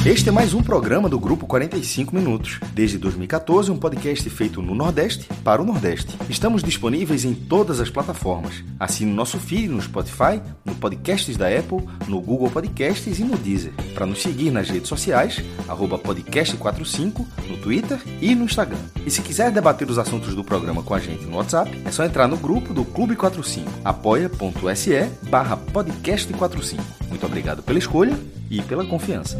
Este é mais um programa do Grupo 45 Minutos. Desde 2014, um podcast feito no Nordeste para o Nordeste. Estamos disponíveis em todas as plataformas. Assine o nosso feed no Spotify, no Podcasts da Apple, no Google Podcasts e no Deezer. Para nos seguir nas redes sociais, @podcast45, no Twitter e no Instagram. E se quiser debater os assuntos do programa com a gente no WhatsApp, é só entrar no grupo do Clube 45, apoia.se/podcast45. Muito obrigado pela escolha e pela confiança.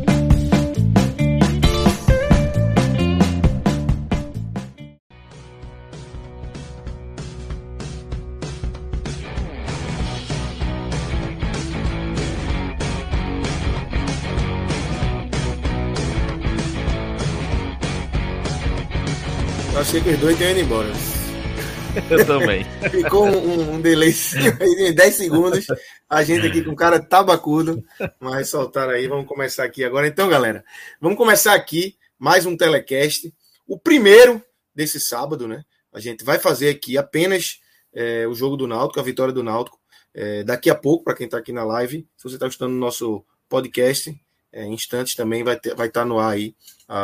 Eu achei que os dois tinham ido embora. Eu também. Ficou um delay em 10 segundos. A gente aqui com cara tabacudo, mas soltaram aí. Vamos começar aqui agora. Então, galera, vamos começar aqui mais um telecast. O primeiro desse sábado, né? A gente vai fazer aqui apenas o jogo do Náutico, a vitória do Náutico. Daqui a pouco, para quem está aqui na live, se você está escutando o nosso podcast, em instantes também vai estar no ar aí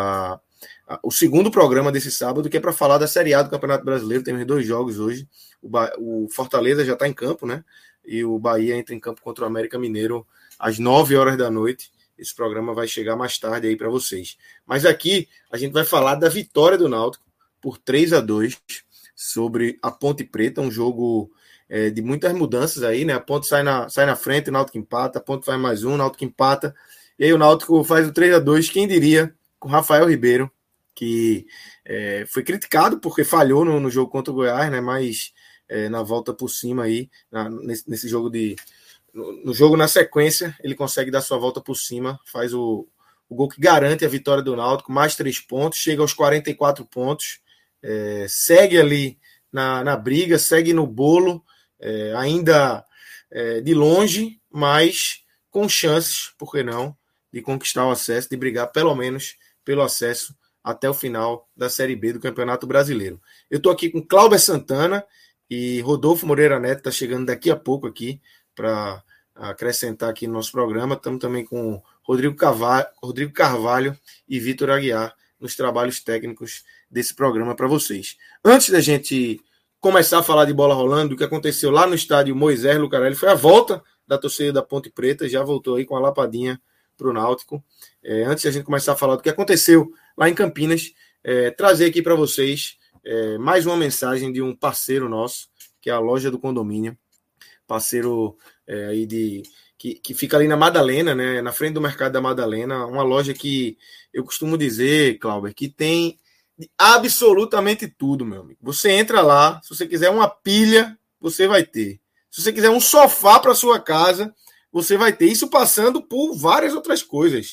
o segundo programa desse sábado, que é para falar da Série A do Campeonato Brasileiro. Temos 2 jogos hoje. O Fortaleza já está em campo, né? E o Bahia entra em campo contra o América Mineiro às 9 horas da noite. Esse programa vai chegar mais tarde aí para vocês. Mas aqui a gente vai falar da vitória do Náutico por 3-2 sobre a Ponte Preta, um jogo de muitas mudanças aí, né? A Ponte sai na frente, o Náutico empata, a Ponte faz mais um, o Náutico empata, e aí o Náutico faz o 3-2, quem diria, com Rafael Ribeiro, que foi criticado porque falhou no jogo contra o Goiás, né? Mas na volta por cima aí, nesse jogo no jogo na sequência, ele consegue dar sua volta por cima, faz o gol que garante a vitória do Náutico, mais 3 pontos, chega aos 44 pontos, segue ali na briga, segue no bolo, ainda de longe, mas com chances, por que não, de conquistar o acesso, de brigar pelo menos pelo acesso até o final da Série B do Campeonato Brasileiro. Eu estou aqui com Cláudio Santana e Rodolfo Moreira Neto, está chegando daqui a pouco aqui para acrescentar aqui no nosso programa. Estamos também com Rodrigo Carvalho e Vitor Aguiar nos trabalhos técnicos desse programa para vocês. Antes da gente começar a falar de bola rolando, o que aconteceu lá no estádio Moisés Lucarelli foi a volta da torcida da Ponte Preta, já voltou aí com a lapadinha para o Náutico. Antes da gente começar a falar do que aconteceu lá em Campinas, trazer aqui para vocês mais uma mensagem de um parceiro nosso, que é a Loja do Condomínio, parceiro aí que fica ali na Madalena, né, na frente do Mercado da Madalena, uma loja que eu costumo dizer, Cláudio, que tem absolutamente tudo, meu amigo. Você entra lá, se você quiser uma pilha, você vai ter. Se você quiser um sofá para sua casa, você vai ter. Isso passando por várias outras coisas.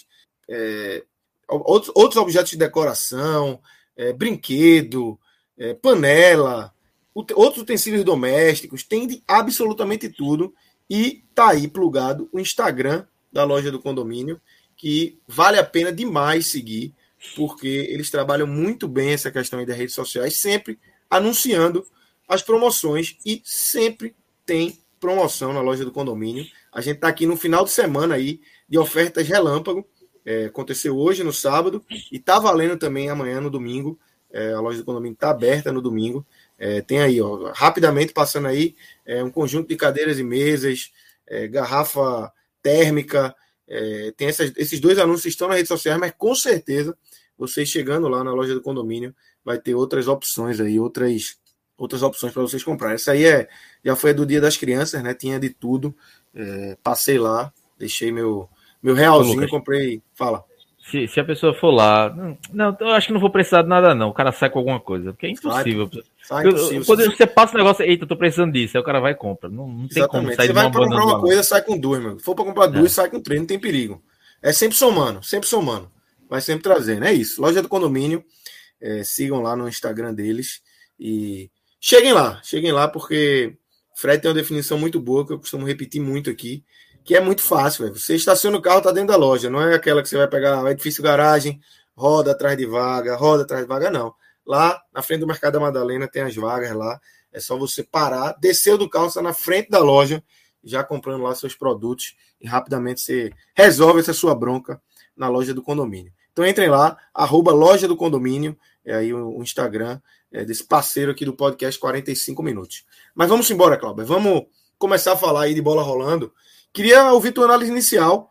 Outros objetos de decoração, brinquedo, panela, outros utensílios domésticos, tem de absolutamente tudo. E tá aí plugado o Instagram da Loja do Condomínio, que vale a pena demais seguir, porque eles trabalham muito bem essa questão aí das redes sociais, sempre anunciando as promoções, e sempre tem promoção na Loja do Condomínio. A gente tá aqui no final de semana aí de ofertas relâmpago. Aconteceu hoje, no sábado, e tá valendo também amanhã, no domingo. A Loja do Condomínio tá aberta no domingo. Tem aí, ó, rapidamente passando aí, um conjunto de cadeiras e mesas, garrafa térmica. Tem esses 2 anúncios estão nas redes sociais, mas com certeza vocês chegando lá na Loja do Condomínio vai ter outras opções aí, outras opções para vocês comprarem. Essa aí já foi do Dia das Crianças, né? Tinha de tudo. Passei lá, deixei meu realzinho, Lucas, comprei. Fala. Se a pessoa for lá, não, eu acho que não vou precisar de nada, não. O cara sai com alguma coisa, porque é impossível. Quando você passa o negócio, eita, eu tô precisando disso, aí o cara vai e compra. Não tem como sair. Você vai para comprar uma coisa, sai com 2, mano. Se for para comprar 2, sai com 3, não tem perigo. É sempre somando. Vai sempre trazendo. É isso. Loja do Condomínio. Sigam lá no Instagram deles. E cheguem lá, porque Fred tem uma definição muito boa, que eu costumo repetir muito aqui, que é muito fácil, velho. Você estaciona o carro, tá dentro da loja. Não é aquela que você vai pegar o edifício garagem, roda atrás de vaga, não. Lá na frente do Mercado da Madalena tem as vagas lá. É só você parar, desceu do carro, está na frente da loja, já comprando lá seus produtos, e rapidamente você resolve essa sua bronca na loja do condomínio. Então entrem lá, @loja do condomínio, é aí o Instagram desse parceiro aqui do podcast 45 minutos. Mas vamos embora, Cláudio. Vamos começar a falar aí de bola rolando. Queria ouvir tua análise inicial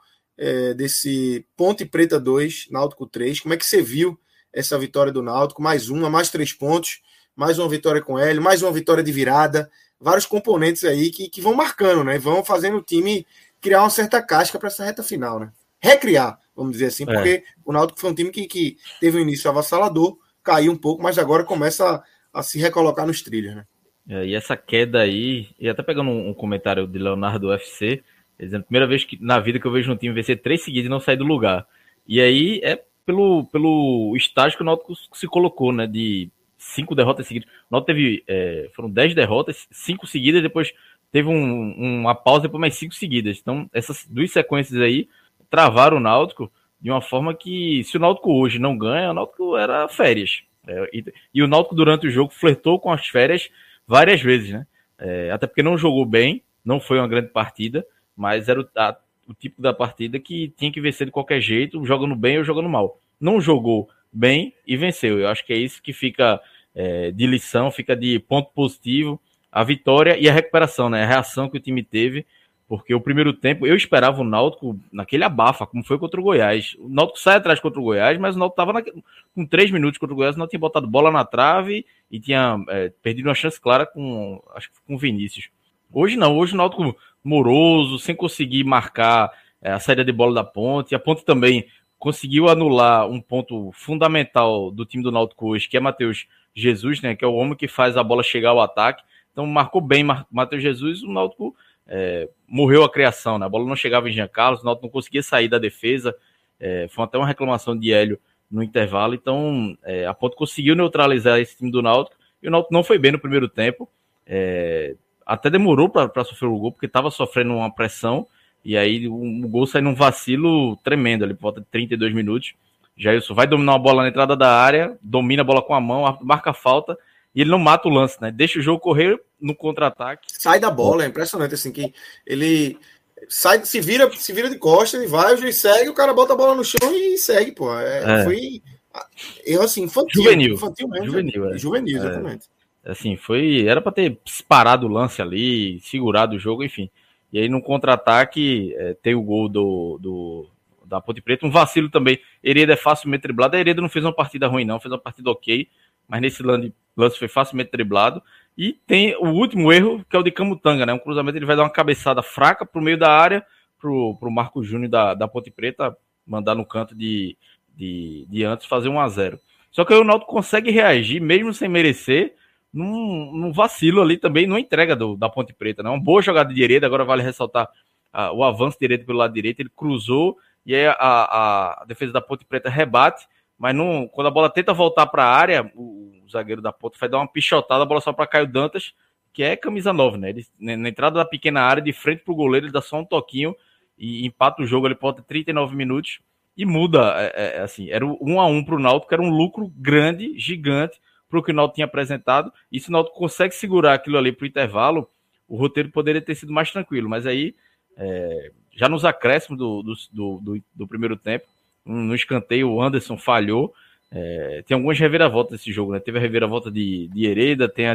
desse Ponte Preta 2, Náutico 3. Como é que você viu essa vitória do Náutico? Mais 3 pontos, mais uma vitória com ele, mais uma vitória de virada. Vários componentes aí que vão marcando, né? Vão fazendo o time criar uma certa casca para essa reta final, né? Recriar, vamos dizer assim, porque o Náutico foi um time que teve um início avassalador, caiu um pouco, mas agora começa a se recolocar nos trilhos, né? E essa queda aí, e até pegando um comentário de Leonardo do UFC, dizendo, primeira vez na vida que eu vejo um time vencer 3 seguidas e não sair do lugar. E aí é pelo estágio que o Náutico se colocou, né? De 5 derrotas seguidas. O Náutico teve, foram 10 derrotas, 5 seguidas, depois teve uma pausa, depois mais 5 seguidas. Então, essas 2 sequências aí travaram o Náutico de uma forma que, se o Náutico hoje não ganha, o Náutico era férias. E o Náutico, durante o jogo, flertou com as férias várias vezes, né? Até porque não jogou bem, não foi uma grande partida, mas era o tipo da partida que tinha que vencer de qualquer jeito, jogando bem ou jogando mal. Não jogou bem e venceu. Eu acho que é isso que fica de lição, fica de ponto positivo, a vitória e a recuperação, né? A reação que o time teve, porque o primeiro tempo, eu esperava o Náutico naquele abafa, como foi contra o Goiás. O Náutico sai atrás contra o Goiás, mas o Náutico estava com 3 minutos contra o Goiás, o Náutico tinha botado bola na trave e tinha perdido uma chance clara com o Vinícius. Hoje não, hoje o Náutico moroso, sem conseguir marcar a saída de bola da Ponte. A Ponte também conseguiu anular um ponto fundamental do time do Náutico hoje, que é Matheus Jesus, né, que é o homem que faz a bola chegar ao ataque. Então marcou bem Matheus Jesus, o Náutico morreu a criação, né? A bola não chegava em Jean Carlos, o Náutico não conseguia sair da defesa, foi até uma reclamação de Hélio no intervalo. Então a Ponte conseguiu neutralizar esse time do Náutico, e o Náutico não foi bem no primeiro tempo, até demorou para sofrer o gol, porque estava sofrendo uma pressão, e aí o gol sai num vacilo tremendo, ali por volta de 32 minutos. Jailson vai dominar uma bola na entrada da área, domina a bola com a mão, marca a falta, e ele não mata o lance, né? Deixa o jogo correr no contra-ataque. Sai da bola, é impressionante, assim, que ele se vira de costas, ele vai, o juiz segue, o cara bota a bola no chão e segue, pô. Foi erro, assim, infantil mesmo. Juvenil, exatamente. Assim, era para ter parado o lance ali, segurado o jogo, enfim. E aí no contra-ataque tem o gol da Ponte Preta, um vacilo também. Hereda é facilmente driblado. A Hereda não fez uma partida ruim, não, fez uma partida ok, mas nesse lance foi facilmente driblado. E tem o último erro, que é o de Camutanga, né? Um cruzamento, ele vai dar uma cabeçada fraca pro meio da área, pro Marco Júnior da Ponte Preta mandar no canto de antes fazer 1-0. Só que aí o Náutico consegue reagir, mesmo sem merecer, num vacilo ali também, numa entrega da Ponte Preta, né? Uma boa jogada de Hereda, agora vale ressaltar o avanço de Hereda pelo lado direito, ele cruzou, e aí a defesa da Ponte Preta rebate, mas quando a bola tenta voltar para a área, o zagueiro da Ponte vai dar uma pichotada, a bola só para Caio Dantas, que é camisa 9, né? Ele, na entrada da pequena área, de frente pro goleiro, ele dá só um toquinho e empata o jogo, ele pode 39 minutos e muda, assim, era 1-1 pro Náutico, que era um lucro grande, gigante, pro que o Náutico tinha apresentado, e se o Náutico consegue segurar aquilo ali pro intervalo, o roteiro poderia ter sido mais tranquilo, mas aí, já nos acréscimos do primeiro tempo, no escanteio, o Anderson falhou. Tem algumas reviravoltas nesse jogo, né? Teve a reviravolta de Hereda, tem a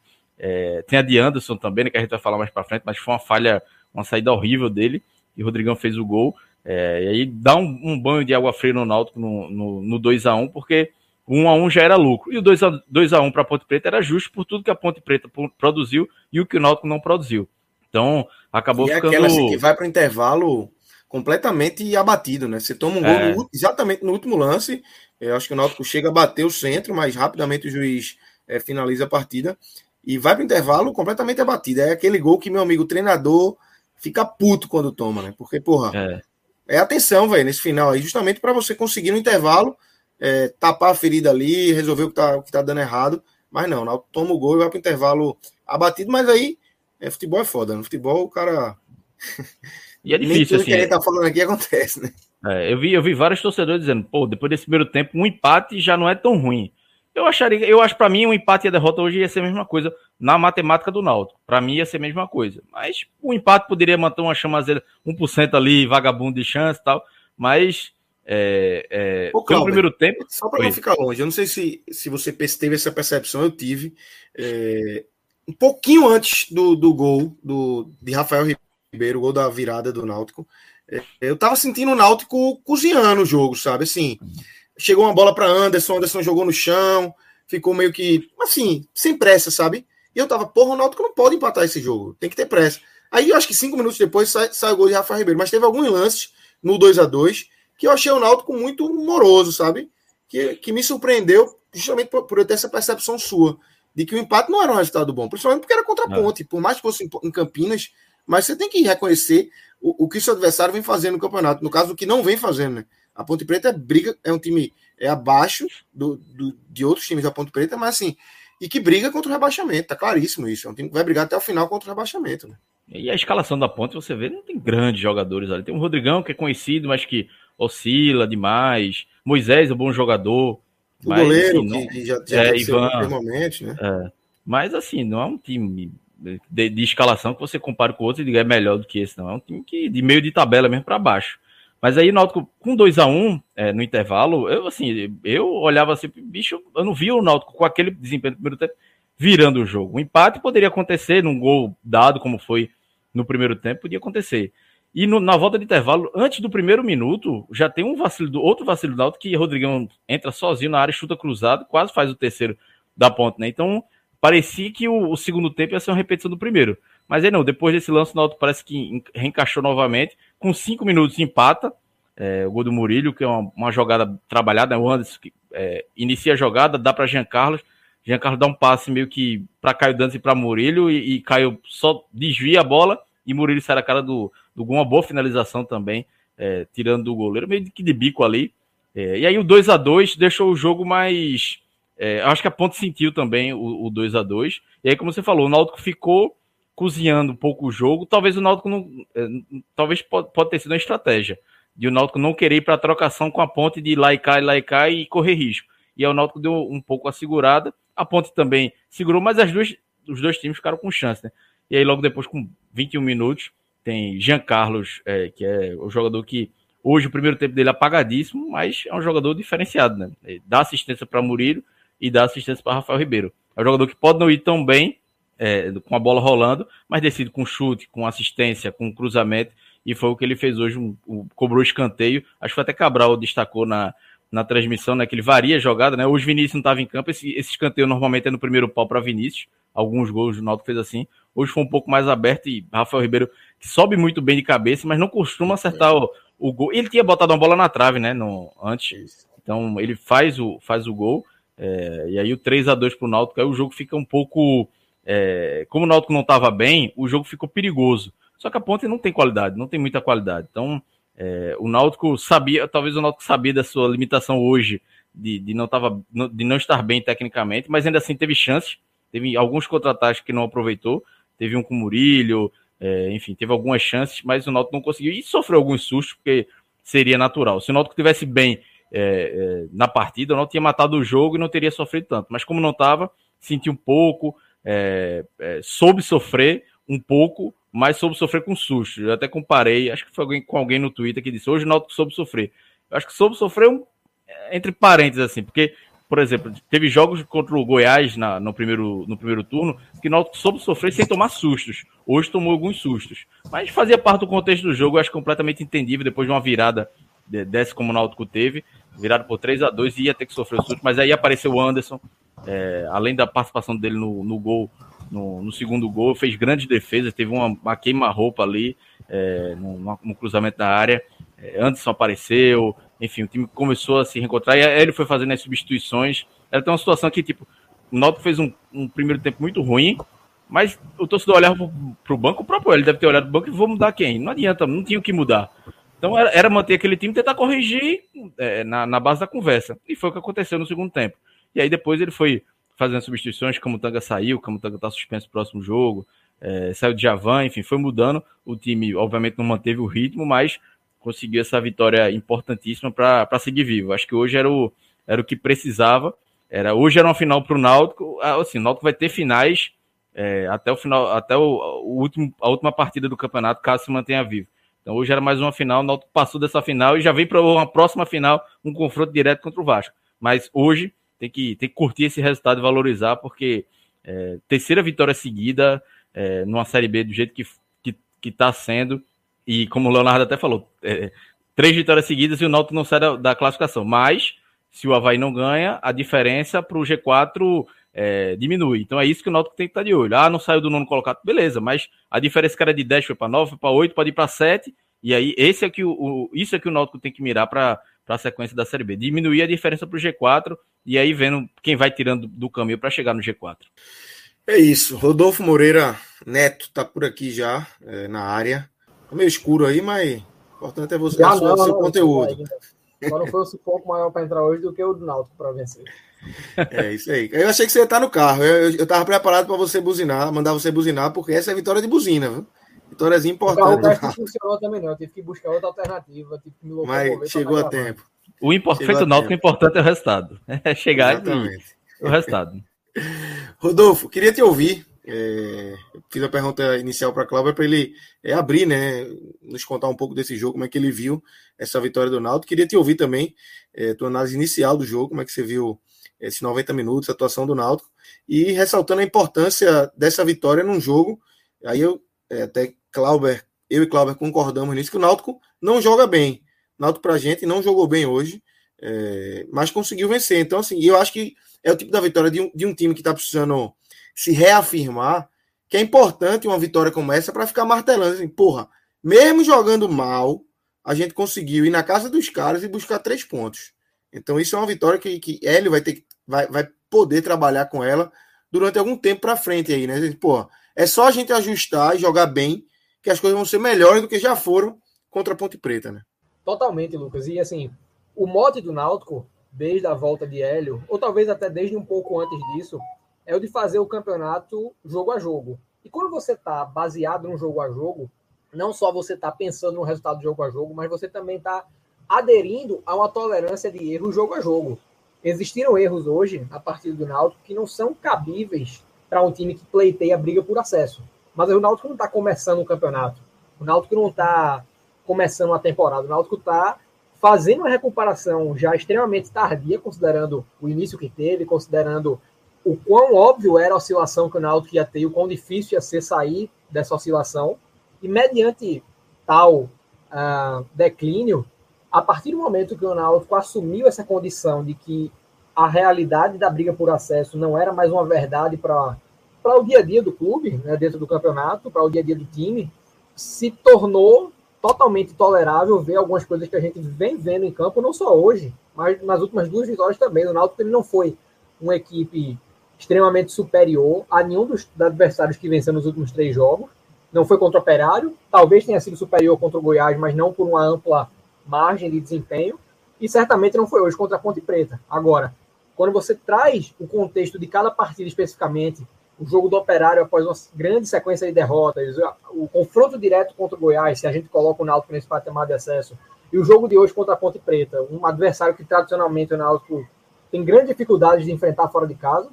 de Anderson também, né, que a gente vai falar mais pra frente, mas foi uma falha, uma saída horrível dele, e o Rodrigão fez o gol. E aí dá um banho de água fria no Náutico no 2-1, porque o 1-1 já era lucro, e o 2-1 para a Ponte Preta era justo por tudo que a Ponte Preta produziu e o que o Náutico não produziu. Então acabou ficando... aquela assim, que vai para o intervalo completamente abatido, né? Você toma um gol exatamente no último lance. Eu acho que o Náutico chega a bater o centro, mas rapidamente o juiz finaliza a partida e vai para o intervalo completamente abatido. É aquele gol que, meu amigo, o treinador fica puto quando toma, né? Porque, porra, atenção, velho, nesse final aí, justamente para você conseguir no intervalo tapar a ferida ali, resolver o que tá dando errado. Mas não, o Náutico toma o gol e vai para o intervalo abatido, mas aí futebol é foda. No futebol, o cara... E é difícil, assim. O que a gente tá falando aqui acontece, né? Eu vi vários torcedores dizendo, pô, depois desse primeiro tempo, um empate já não é tão ruim. Eu acho para mim, um empate e a derrota hoje ia ser a mesma coisa na matemática do Náutico. Para mim ia ser a mesma coisa. Mas o empate poderia manter uma chamazeira 1% ali, vagabundo de chance e tal. Mas Ô, pelo Cláudio, primeiro tempo... só para não ficar longe, eu não sei se você teve essa percepção, eu tive. Um pouquinho antes do gol de Rafael Ribeiro, o gol da virada do Náutico, eu tava sentindo o Náutico cozinhando o jogo, sabe? Assim, chegou uma bola para Anderson jogou no chão, ficou meio que, assim, sem pressa, sabe? E eu tava, porra, o Náutico não pode empatar esse jogo, tem que ter pressa. Aí eu acho que 5 minutos depois sai o gol de Rafael Ribeiro, mas teve alguns lances no 2-2 que eu achei o Náutico muito moroso, sabe? Que me surpreendeu justamente por eu ter essa percepção sua, de que o empate não era um resultado bom, principalmente porque era contra a Ponte, por mais que fosse em Campinas, mas você tem que reconhecer o que o seu adversário vem fazendo no campeonato, no caso, o que não vem fazendo, né? A Ponte Preta é um time abaixo de outros times da Ponte Preta, mas assim, e que briga contra o rebaixamento, tá claríssimo isso, é um time que vai brigar até o final contra o rebaixamento, né? E a escalação da Ponte, você vê, não tem grandes jogadores ali. Tem o Rodrigão, que é conhecido, mas que oscila demais. Moisés é um bom jogador. O mas, goleiro, assim, que já Ivan, em momentos, né? Mas, assim, não é um time de escalação que você compara com outros e diga é melhor do que esse, não. É um time que de meio de tabela mesmo para baixo. Mas aí, o Náutico, com 2-1 no intervalo, eu olhava assim, bicho, eu não vi o Náutico com aquele desempenho do primeiro tempo virando o jogo. O empate poderia acontecer num gol dado, como foi no primeiro tempo, podia acontecer. E na volta de intervalo, antes do primeiro minuto, já tem outro vacilo do Náutico, que Rodrigão entra sozinho na área, chuta cruzado, quase faz o terceiro da Ponte, né? Então, parecia que o segundo tempo ia ser uma repetição do primeiro. Mas aí não, depois desse lance, o Náutico parece que reencaixou novamente, com 5 minutos empata, o gol do Murillo, que é uma jogada trabalhada, né? O Anderson inicia a jogada, dá para Giancarlo dá um passe meio que para Caio Dantas e para Murillo, e Caio só desvia a bola, e Murillo sai da cara do gol, uma boa finalização também, tirando do goleiro, meio que de bico ali. E aí o 2-2 deixou o jogo mais... acho que a Ponte sentiu também o 2-2, e aí, como você falou, o Náutico ficou cozinhando um pouco o jogo. Talvez o Náutico não... talvez pode ter sido uma estratégia de o Náutico não querer ir para a trocação com a Ponte de ir lá e cá e correr risco. E aí o Náutico deu um pouco a segurada, a Ponte também segurou, mas os dois times ficaram com chance, né? E aí logo depois, com 21 minutos, tem Giancarlo, que é o jogador que hoje o primeiro tempo dele é apagadíssimo, mas é um jogador diferenciado, né? Ele dá assistência para Murillo e dá assistência para Rafael Ribeiro. É um jogador que pode não ir tão bem com a bola rolando, mas decide com chute, com assistência, com cruzamento, e foi o que ele fez hoje, cobrou escanteio. Acho que foi até Cabral destacou na transmissão, né, que ele varia a jogada, né? Hoje Vinícius não estava em campo, esse escanteio normalmente é no primeiro pau para Vinícius, alguns gols do Náutico fez assim, hoje foi um pouco mais aberto, e Rafael Ribeiro, que sobe muito bem de cabeça, mas não costuma acertar o gol. Ele tinha botado uma bola na trave, né, antes, então ele faz o gol, e aí o 3-2 pro Náutico, aí o jogo fica um pouco, como o Náutico não estava bem, o jogo ficou perigoso, só que a Ponte não tem qualidade, não tem muita qualidade, então o Náutico talvez o Náutico sabia da sua limitação hoje, de não estar bem tecnicamente, mas ainda assim teve chances, teve alguns contra-ataques que não aproveitou, teve um com o Murillo, enfim, teve algumas chances, mas o Náutico não conseguiu, e sofreu alguns sustos, porque seria natural. Se o Náutico estivesse bem na partida, o Náutico tinha matado o jogo e não teria sofrido tanto, mas como não estava, sentiu um pouco, soube sofrer um pouco, mas soube sofrer com susto. Eu até comparei, acho que foi com alguém no Twitter que disse, hoje o Náutico soube sofrer. Eu acho que soube sofrer entre parênteses, assim, porque, por exemplo, teve jogos contra o Goiás no primeiro turno que o Náutico soube sofrer sem tomar sustos. Hoje tomou alguns sustos. Mas fazia parte do contexto do jogo, eu acho completamente entendível, depois de uma virada dessa como o Náutico teve, virado por 3-2, ia ter que sofrer o susto, mas aí apareceu o Anderson, além da participação dele no gol, no segundo gol, fez grandes defesas, teve uma queima-roupa ali, no cruzamento da área, Anderson apareceu, enfim, o time começou a se reencontrar, e aí ele foi fazendo as substituições. Era até uma situação que, tipo, o Náutico fez um primeiro tempo muito ruim, mas o torcedor olhava pro banco, o próprio ele deve ter olhado pro banco e vou mudar quem? Não adianta, não tinha o que mudar. Então era manter aquele time e tentar corrigir na base da conversa. E foi o que aconteceu no segundo tempo. E aí depois ele foi fazendo substituições, como o Tanga saiu, como o Tanga está suspenso no próximo jogo, saiu de Javan, enfim, foi mudando. O time, obviamente, não manteve o ritmo, mas conseguiu essa vitória importantíssima para seguir vivo. Acho que hoje era o que precisava. Hoje era uma final para o Náutico. Assim, o Náutico vai ter finais até o final, até a última partida do campeonato, caso se mantenha vivo. Então hoje era mais uma final, o Náutico passou dessa final e já vem para uma próxima final, um confronto direto contra o Vasco. Mas hoje tem que curtir esse resultado e valorizar, porque terceira vitória seguida numa Série B do jeito que está sendo, e como o Leonardo até falou, 3 vitórias seguidas e o Náutico não sai da classificação. Mas, se o Avaí não ganha, a diferença para o G4 diminui. Então é isso que o Náutico tem que estar de olho. Não saiu do 9º colocado, beleza, mas a diferença que era de 10 foi para 9, foi para 8, pode ir para 7, e aí isso é que o Náutico tem que mirar para a sequência da Série B. Diminuir a diferença para o G4, e aí vendo quem vai tirando do caminho para chegar no G4. É isso. Rodolfo Moreira Neto tá por aqui já, na área. Tá meio escuro aí, mas o importante é você, seu conteúdo. Só não foi um sufoco maior para entrar hoje do que o do Náutico para vencer. É isso aí. Eu achei que você ia estar no carro. Eu tava preparado para você buzinar, mandar você buzinar, porque essa é a vitória de buzina, viu? Vitóriazinha importante. O resto não funcionou também, não. Eu tive que buscar outra alternativa. Tive que me mas chegou a tempo. Feito o Náutico, o importante é o resultado. É chegar e o resultado. Rodolfo, queria te ouvir. Eu fiz a pergunta inicial para Cláudio para ele abrir, né? Nos contar um pouco desse jogo, como é que ele viu essa vitória do Náutico. Queria te ouvir também tua análise inicial do jogo, como é que você viu esses 90 minutos, a atuação do Náutico, e ressaltando a importância dessa vitória num jogo. Aí até eu e Cláudio concordamos nisso, que o Náutico não joga bem. O Náutico pra gente não jogou bem hoje, mas conseguiu vencer. Então, assim, eu acho que é o tipo da vitória de um time que está precisando se reafirmar, que é importante uma vitória como essa para ficar martelando. Assim, porra, mesmo jogando mal, a gente conseguiu ir na casa dos caras e buscar 3 pontos. Então isso é uma vitória que Hélio vai poder trabalhar com ela durante algum tempo para frente aí, né? Porra, é só a gente ajustar e jogar bem que as coisas vão ser melhores do que já foram contra a Ponte Preta, né? Totalmente, Lucas. E assim, o mote do Náutico, desde a volta de Hélio, ou talvez até desde um pouco antes disso, é o de fazer o campeonato jogo a jogo. E quando você está baseado no jogo a jogo, não só você está pensando no resultado do jogo a jogo, mas você também está aderindo a uma tolerância de erro jogo a jogo. Existiram erros hoje, a partir do Náutico, que não são cabíveis para um time que pleiteia a briga por acesso. Mas o Náutico não está começando o campeonato. O Náutico não está começando a temporada. O Náutico está fazendo uma recuperação já extremamente tardia, considerando o início que teve, considerando o quão óbvio era a oscilação que o Náutico ia ter, o quão difícil ia ser sair dessa oscilação. E mediante tal declínio, a partir do momento que o Náutico assumiu essa condição de que a realidade da briga por acesso não era mais uma verdade para o dia a dia do clube, né, dentro do campeonato, para o dia a dia do time, se tornou totalmente tolerável ver algumas coisas que a gente vem vendo em campo, não só hoje, mas nas últimas 2 vitórias também. O Náutico ele não foi uma equipe extremamente superior a nenhum dos adversários que venceu nos últimos 3 jogos. Não foi contra o Operário, talvez tenha sido superior contra o Goiás, mas não por uma ampla margem de desempenho, e certamente não foi hoje contra a Ponte Preta. Agora, quando você traz o contexto de cada partida especificamente, o jogo do Operário após uma grande sequência de derrotas, o confronto direto contra o Goiás, se a gente coloca o Náutico nesse patamar de acesso, e o jogo de hoje contra a Ponte Preta, um adversário que tradicionalmente o Náutico tem grande dificuldade de enfrentar fora de casa,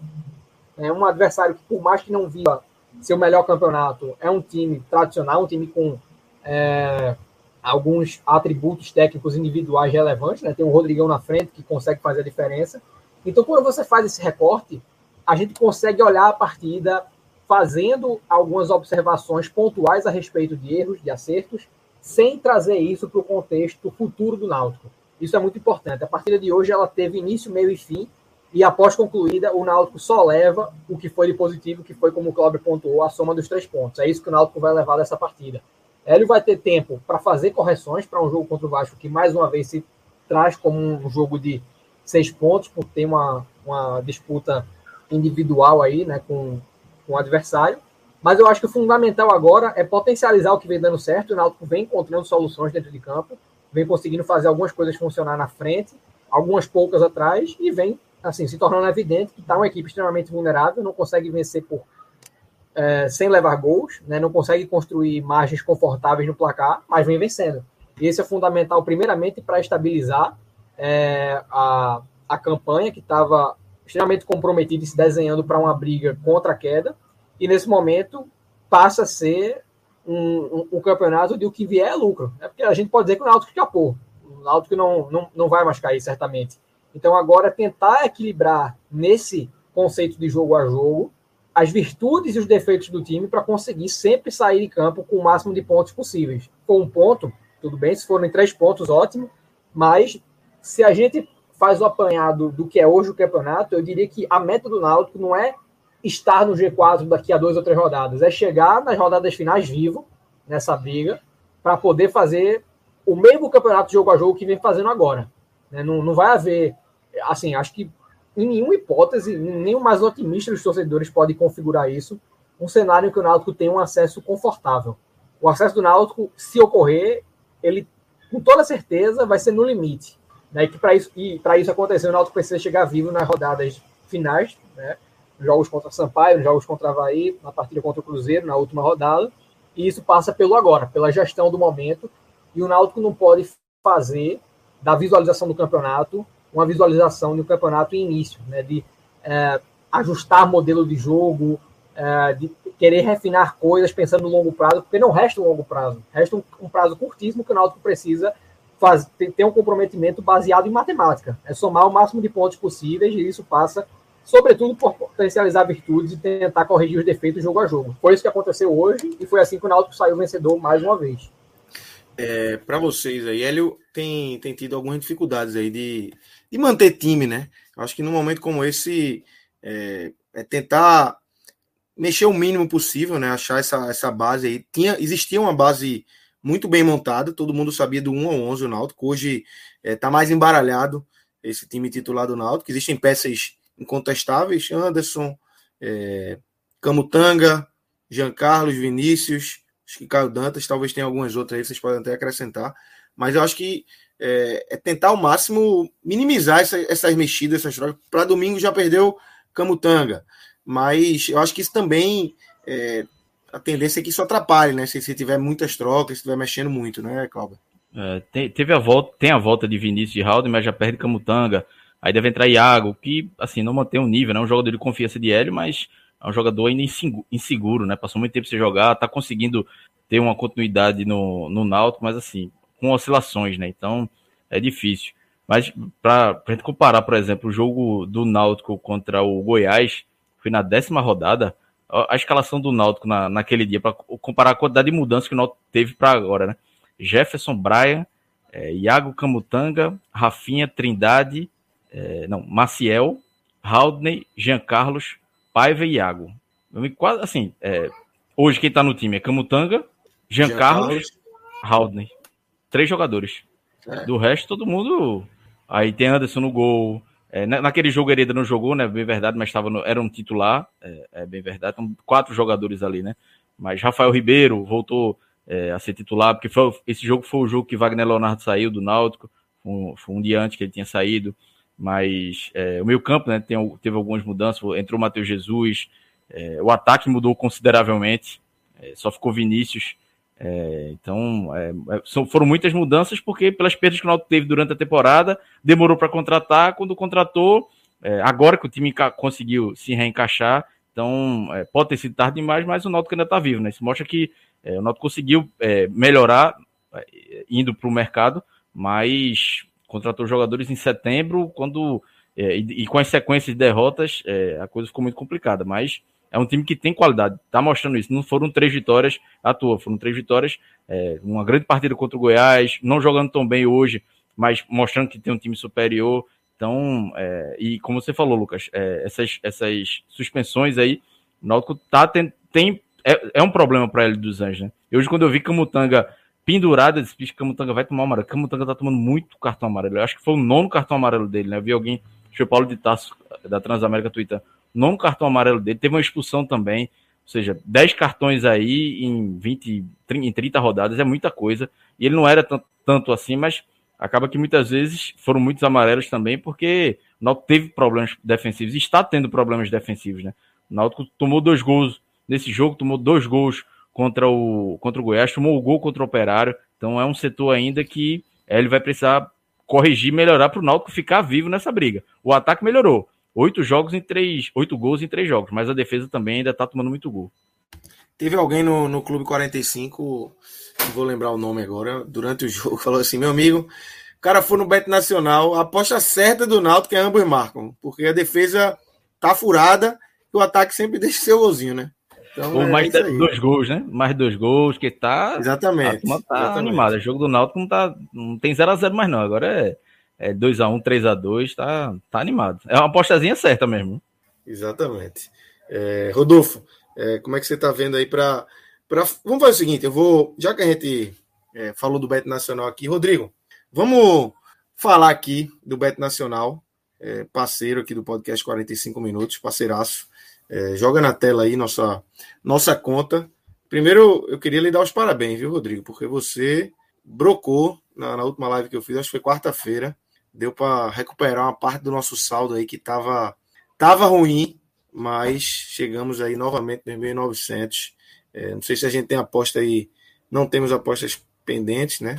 é um adversário que, por mais que não viva seu melhor campeonato, é um time tradicional, um time com alguns atributos técnicos individuais relevantes, né? Tem o Rodrigão na frente que consegue fazer a diferença. Então, quando você faz esse recorte, a gente consegue olhar a partida fazendo algumas observações pontuais a respeito de erros, de acertos, sem trazer isso para o contexto futuro do Náutico. Isso é muito importante. A partida de hoje ela teve início, meio e fim, e após concluída, o Náutico só leva o que foi de positivo, que foi, como o Cláudio pontuou, a soma dos 3 pontos. É isso que o Náutico vai levar dessa partida. Hélio vai ter tempo para fazer correções para um jogo contra o Vasco, que mais uma vez se traz como um jogo de 6 pontos, por ter uma disputa individual aí, né, com o adversário. Mas eu acho que o fundamental agora é potencializar o que vem dando certo. O Náutico vem encontrando soluções dentro de campo, vem conseguindo fazer algumas coisas funcionar na frente, algumas poucas atrás, e vem assim, se tornando evidente que está uma equipe extremamente vulnerável, não consegue vencer sem levar gols, né, não consegue construir margens confortáveis no placar, mas vem vencendo. E esse é fundamental, primeiramente, para estabilizar a campanha, que estava extremamente comprometida e se desenhando para uma briga contra a queda, e nesse momento passa a ser um campeonato de o que vier é lucro. É porque a gente pode dizer que o Náutico escapou. O Náutico não vai mais cair, certamente. Então, agora, tentar equilibrar nesse conceito de jogo a jogo as virtudes e os defeitos do time para conseguir sempre sair de campo com o máximo de pontos possíveis. Com um ponto, tudo bem, se forem 3 pontos, ótimo, mas se a gente faz o apanhado do que é hoje o campeonato, eu diria que a meta do Náutico não é estar no G4 daqui a 2 ou 3 rodadas, é chegar nas rodadas finais vivo, nessa briga, para poder fazer o mesmo campeonato jogo a jogo que vem fazendo agora. Não vai haver, assim, acho que em nenhuma hipótese, nem o mais otimista dos torcedores pode configurar isso, um cenário em que o Náutico tem um acesso confortável. O acesso do Náutico, se ocorrer, ele, com toda certeza, vai ser no limite. Né? E para isso acontecer, o Náutico precisa chegar vivo nas rodadas finais, né? Nos jogos contra o Sampaio, nos jogos contra o Avaí, na partida contra o Cruzeiro, na última rodada. E isso passa pelo agora, pela gestão do momento. E o Náutico não pode fazer da visualização do campeonato uma visualização de um campeonato em início, né? De ajustar modelo de jogo, de querer refinar coisas pensando no longo prazo, porque não resta um longo prazo. Resta um prazo curtíssimo que o Náutico precisa ter um comprometimento baseado em matemática. É somar o máximo de pontos possíveis e isso passa, sobretudo, por potencializar virtudes e tentar corrigir os defeitos jogo a jogo. Foi isso que aconteceu hoje e foi assim que o Náutico saiu vencedor mais uma vez. Para vocês aí, Hélio tem tido algumas dificuldades aí de manter time, né? Acho que num momento como esse é tentar mexer o mínimo possível, né? Achar essa base aí. Existia uma base muito bem montada, todo mundo sabia do 1 ao 11 o Náutico. Hoje está mais embaralhado esse time titular do Náutico. Existem peças incontestáveis, Anderson, Camutanga, Jean Carlos, Vinícius, acho que Caio Dantas, talvez tenha algumas outras aí, vocês podem até acrescentar. Mas eu acho que é tentar ao máximo minimizar essas mexidas, essas trocas. Para domingo já perdeu Camutanga. Mas eu acho que isso também, a tendência é que isso atrapalhe, né? Se tiver muitas trocas, se estiver mexendo muito, né, Cláudio? Tem a volta de Vinícius e Halden, mas já perde Camutanga. Aí deve entrar Iago, que assim, não mantém um nível, né? Um jogador de confiança de Hélio, mas é um jogador ainda inseguro, né? Passou muito tempo sem jogar, tá conseguindo ter uma continuidade no Náutico, mas assim, com oscilações, né? Então é difícil. Mas pra gente comparar, por exemplo, o jogo do Náutico contra o Goiás, foi na 10ª rodada, a escalação do Náutico naquele dia, para comparar a quantidade de mudanças que o Náutico teve para agora, né? Jefferson, Brian, Iago, Camutanga, Rafinha, Trindade, Maciel, Haldney, Jean Carlos, Paiva e Iago. Quase assim, hoje quem tá no time é Camutanga, Jean Carlos, Haldney. 3 jogadores. Do resto, todo mundo. Aí tem Anderson no gol. Naquele jogo Hereda não jogou, né? Bem verdade, mas era um titular. Bem verdade. Então, 4 jogadores ali, né? Mas Rafael Ribeiro voltou a ser titular, porque esse jogo foi o jogo que Wagner Leonardo saiu do Náutico. Foi um dia antes que ele tinha saído. Mas o meio campo, né, teve algumas mudanças. Entrou o Matheus Jesus. O ataque mudou consideravelmente. Só ficou Vinícius. Então, foram muitas mudanças porque pelas perdas que o Náutico teve durante a temporada, demorou para contratar. Quando contratou, agora que o time conseguiu se reencaixar, então pode ter sido tarde demais, mas o Náutico ainda está vivo, né? Isso mostra que o Náutico conseguiu melhorar indo para o mercado, mas contratou jogadores em setembro, e com as sequências de derrotas, a coisa ficou muito complicada, mas é um time que tem qualidade, tá mostrando isso. Não foram 3 vitórias à toa, foram 3 vitórias, uma grande partida contra o Goiás, não jogando tão bem hoje, mas mostrando que tem um time superior. Então, e como você falou, Lucas, essas suspensões aí, o Náutico é um problema para ele dos Anjos, né? Hoje, quando eu vi Camutanga pendurado, eu disse, bicho, Camutanga vai tomar amarelo. Camutanga tá tomando muito cartão amarelo. Eu acho que foi o 9º cartão amarelo dele, né? Eu vi alguém, acho que o Paulo de Tasso, da Transamérica Twitter, 9º cartão amarelo dele. Teve uma expulsão também, ou seja, 10 cartões aí em 30 rodadas, é muita coisa. E ele não era tanto assim, mas acaba que muitas vezes foram muitos amarelos também, porque o Náutico teve problemas defensivos, e está tendo problemas defensivos, né? O Náutico tomou 2 gols nesse jogo, tomou 2 gols contra o Goiás, tomou o gol contra o Operário, então é um setor ainda que ele vai precisar corrigir, melhorar para o Náutico ficar vivo nessa briga. O ataque melhorou, 8 gols em 3 jogos, mas a defesa também ainda está tomando muito gol. Teve alguém no Clube 45, não vou lembrar o nome agora, durante o jogo, falou assim, meu amigo, o cara foi no Bet Nacional, a aposta certa do Náutico é ambos marcam, porque a defesa tá furada e o ataque sempre deixa seu golzinho, né? Então, Ou mais 2 gols, né? Mais 2 gols, que tá... Exatamente. A turma tá animada. O jogo do Náutico não tem 0x0 mais não. Agora é 2x1, 3x2, tá animado. É uma apostazinha certa mesmo. Exatamente. Rodolfo, como é que você tá vendo aí para... Vamos fazer o seguinte, já que a gente falou do Bet Nacional aqui, Rodrigo, vamos falar aqui do Bet Nacional, parceiro aqui do podcast 45 Minutos, parceiraço. Joga na tela aí nossa conta. Primeiro, eu queria lhe dar os parabéns, viu, Rodrigo? Porque você brocou na última live que eu fiz, acho que foi quarta-feira. Deu para recuperar uma parte do nosso saldo aí que tava ruim, mas chegamos aí novamente nos 1.900. Não sei se a gente tem aposta aí, não temos apostas pendentes, né?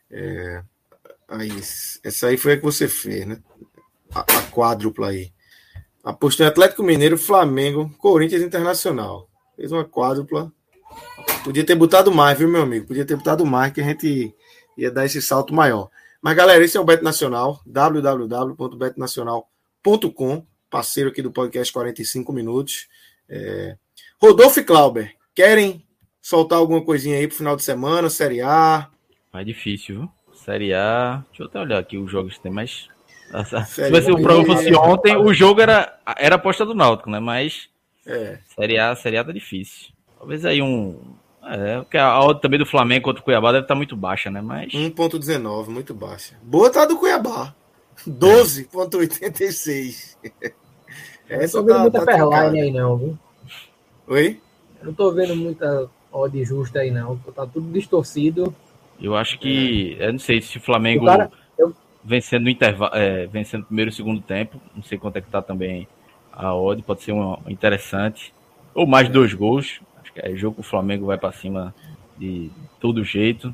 Essa aí foi a que você fez, né? A quádrupla aí. Apostei em Atlético Mineiro, Flamengo, Corinthians Internacional. Fez uma quádrupla. Podia ter botado mais, viu, meu amigo? Podia ter botado mais, que a gente ia dar esse salto maior. Mas, galera, esse é o Bet Nacional, www.betnacional.com, parceiro aqui do podcast 45 Minutos. Rodolfo e Clauber, querem soltar alguma coisinha aí pro final de semana? Série A? Mais difícil, viu? Série A... Deixa eu até olhar aqui os jogos que tem mais... Se o programa fosse ontem, o jogo era aposta do Náutico, né? Mas Série A tá difícil. Talvez aí porque a odd também do Flamengo contra o Cuiabá deve estar muito baixa, né? Mas 1.19, muito baixa. Boa tá do Cuiabá. 12.86. Essa não tô vendo muita Fairline aí não, viu? Oi? Eu não tô vendo muita odd justa aí não. Tá tudo distorcido. Eu acho que... Eu não sei se o Flamengo... Vencendo no intervalo, vencendo o primeiro e segundo tempo, não sei quanto é que tá também a odd, pode ser interessante, ou mais 2 gols, acho que é jogo que o Flamengo vai para cima de todo jeito,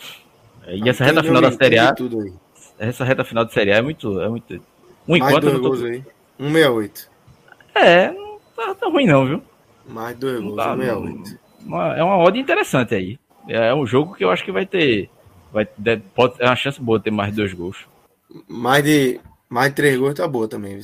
e essa reta final da Série A, essa reta final de Série A é muito mais enquanto 2 gols aí, 1,68. Não tá ruim não, viu? Mais 2 gols, 1,68. É uma odd interessante aí, é um jogo que eu acho que vai ter... É uma chance boa ter mais 2 gols. Mais de 3 gols tá boa também.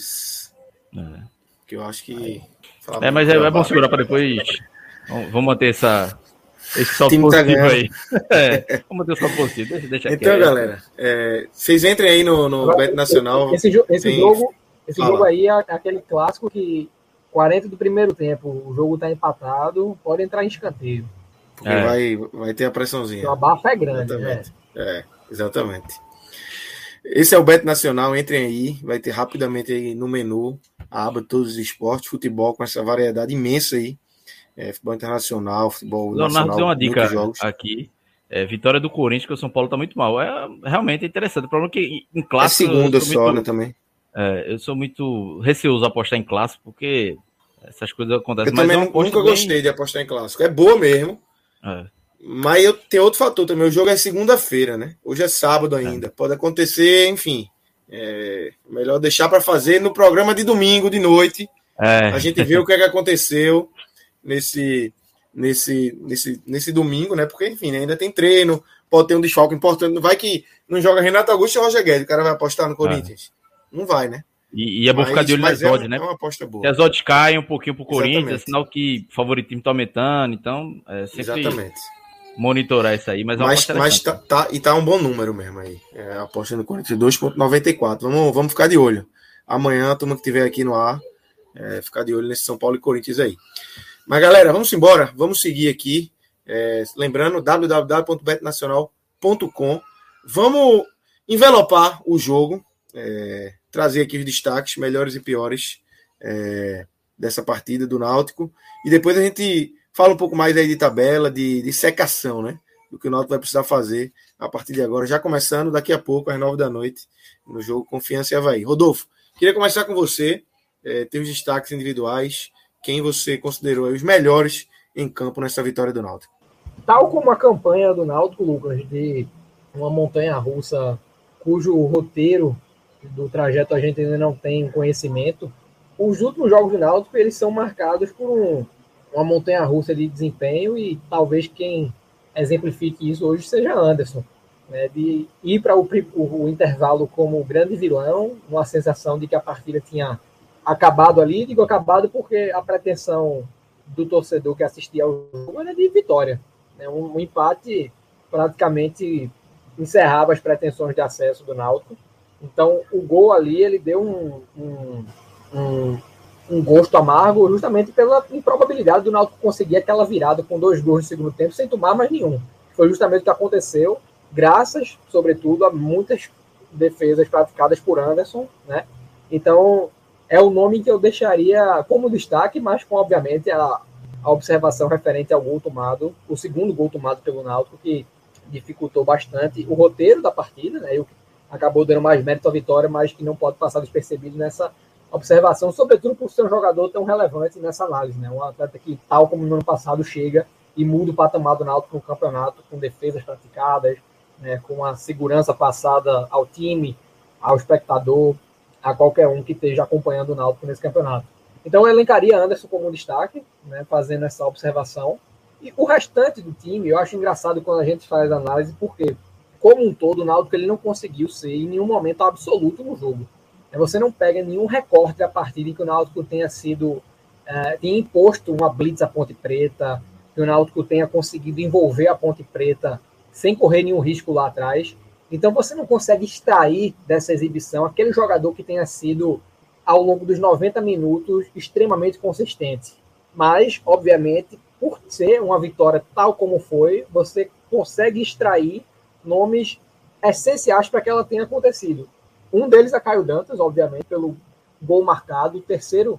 Que eu acho que... Mas é bom segurar para depois. Vamos manter esse salto positivo tá aí. Vamos manter o salto positivo. Deixa então, quieto. Galera, vocês entrem aí no Bet Nacional. Esse jogo aí é aquele clássico que 40 do primeiro tempo, o jogo tá empatado, pode entrar em escanteio. Porque vai ter a pressãozinha. A barra é grande, exatamente. Exatamente. Esse é o Bet Nacional, entrem aí, vai ter rapidamente aí no menu a aba de todos os esportes, futebol com essa variedade imensa aí, futebol internacional, futebol nacional. Leonardo deu uma dica jogos. Aqui, vitória do Corinthians, que o São Paulo tá muito mal, realmente interessante, o problema é que em clássico... segunda só, né, também. Eu sou muito receoso a apostar em clássico, porque essas coisas acontecem. Eu também nunca gostei de apostar em clássico, é boa mesmo. Mas tem outro fator também. O jogo é segunda-feira, né? Hoje é sábado ainda. Pode acontecer, enfim. Melhor deixar para fazer no programa de domingo, de noite. A gente vê o que aconteceu nesse domingo, né? Porque, enfim, ainda tem treino. Pode ter um desfalque importante. Vai que não joga Renato Augusto e Roger Guedes. O cara vai apostar no Corinthians. Não vai, né? E é bom ficar de olho nas odds, né? É uma aposta boa. Se as odds caem um pouquinho pro Corinthians, é sinal que o favoritismo tá aumentando, então sempre monitorar isso aí. Mas tá um bom número mesmo aí. A aposta no Corinthians 2,94. Vamos ficar de olho. Amanhã, a turma que estiver aqui no ar, ficar de olho nesse São Paulo e Corinthians aí. Mas, galera, vamos embora. Vamos seguir aqui. Lembrando, www.betnacional.com. Vamos envelopar o jogo. Trazer aqui os destaques, melhores e piores dessa partida do Náutico. E depois a gente fala um pouco mais aí de tabela, de secação, né? Do que o Náutico vai precisar fazer a partir de agora. Já começando daqui a pouco, às 9 da noite, no jogo Confiança e Avaí. Rodolfo, queria começar com você. Ter os destaques individuais. Quem você considerou aí os melhores em campo nessa vitória do Náutico? Tal como a campanha do Náutico, Lucas, de uma montanha-russa cujo roteiro do trajeto a gente ainda não tem conhecimento, os últimos jogos do Náutico eles são marcados por uma montanha-russa de desempenho e talvez quem exemplifique isso hoje seja Anderson, né, de ir para o intervalo como grande vilão, uma sensação de que a partida tinha acabado ali. Digo acabado porque a pretensão do torcedor que assistia ao jogo era de vitória, né, um empate praticamente encerrava as pretensões de acesso do Náutico. Então o gol ali ele deu um gosto amargo justamente pela improbabilidade do Náutico conseguir aquela virada com 2 gols no segundo tempo sem tomar mais nenhum. Foi justamente o que aconteceu, graças, sobretudo, a muitas defesas praticadas por Anderson, né? Então, é o nome que eu deixaria como destaque, mas com, obviamente, a observação referente ao gol tomado, o segundo gol tomado pelo Náutico, que dificultou bastante o roteiro da partida, né? E acabou dando mais mérito à vitória, mas que não pode passar despercebido nessa observação, sobretudo por ser um jogador tão relevante nessa análise, né? Um atleta que, tal como no ano passado, chega e muda o patamar do Náutico no campeonato, com defesas praticadas, né? Com a segurança passada ao time, ao espectador, a qualquer um que esteja acompanhando o Náutico nesse campeonato. Então eu elencaria Anderson como um destaque, né? Fazendo essa observação. E o restante do time, eu acho engraçado quando a gente faz a análise, porque, como um todo, o Náutico ele não conseguiu ser em nenhum momento absoluto no jogo. Você não pega nenhum recorte da partida em que o Náutico tenha sido tenha imposto uma blitz à Ponte Preta, que o Náutico tenha conseguido envolver a Ponte Preta sem correr nenhum risco lá atrás. Então você não consegue extrair dessa exibição aquele jogador que tenha sido, ao longo dos 90 minutos, extremamente consistente. Mas, obviamente, por ser uma vitória tal como foi, você consegue extrair nomes essenciais para que ela tenha acontecido. Um deles é Caio Dantas, obviamente, pelo gol marcado. O terceiro...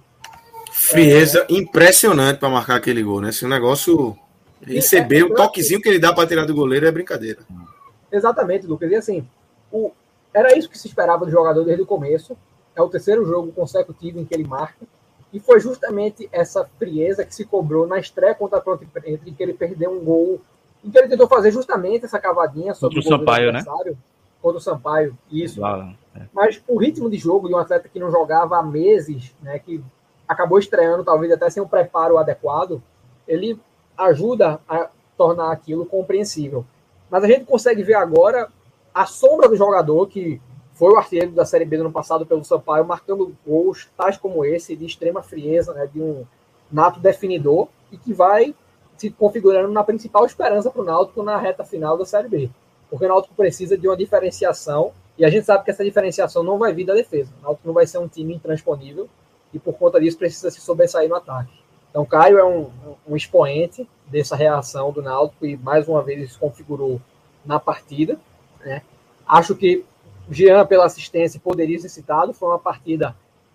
Frieza impressionante para marcar aquele gol, né? Se o negócio receber, o toquezinho que ele dá para tirar do goleiro é brincadeira. Exatamente, Lucas. E assim, era isso que se esperava do jogador desde o começo. É o terceiro jogo consecutivo em que ele marca. E foi justamente essa frieza que se cobrou na estreia contra a Ponte Preta, em que ele perdeu um gol, em que ele tentou fazer justamente essa cavadinha sobre contra o Sampaio, né? Contra o Sampaio, isso. Mas o ritmo de jogo de um atleta que não jogava há meses, né, que acabou estreando talvez até sem um preparo adequado, ele ajuda a tornar aquilo compreensível. Mas a gente consegue ver agora a sombra do jogador que foi o artilheiro da Série B do ano passado pelo Sampaio, marcando gols tais como esse, de extrema frieza, né, de um nato definidor, e que vai se configurando na principal esperança para o Náutico na reta final da Série B. Porque o Náutico precisa de uma diferenciação, e a gente sabe que essa diferenciação não vai vir da defesa. O Náutico não vai ser um time intransponível, e por conta disso precisa se sobressair no ataque. Então Caio é um expoente dessa reação do Náutico, e mais uma vez isso se configurou na partida, né? Acho que Jean, pela assistência, poderia ser citado. Foi uma partida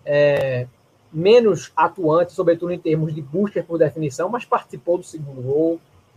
menos atuante, sobretudo em termos de busca por definição, mas participou do segundo gol.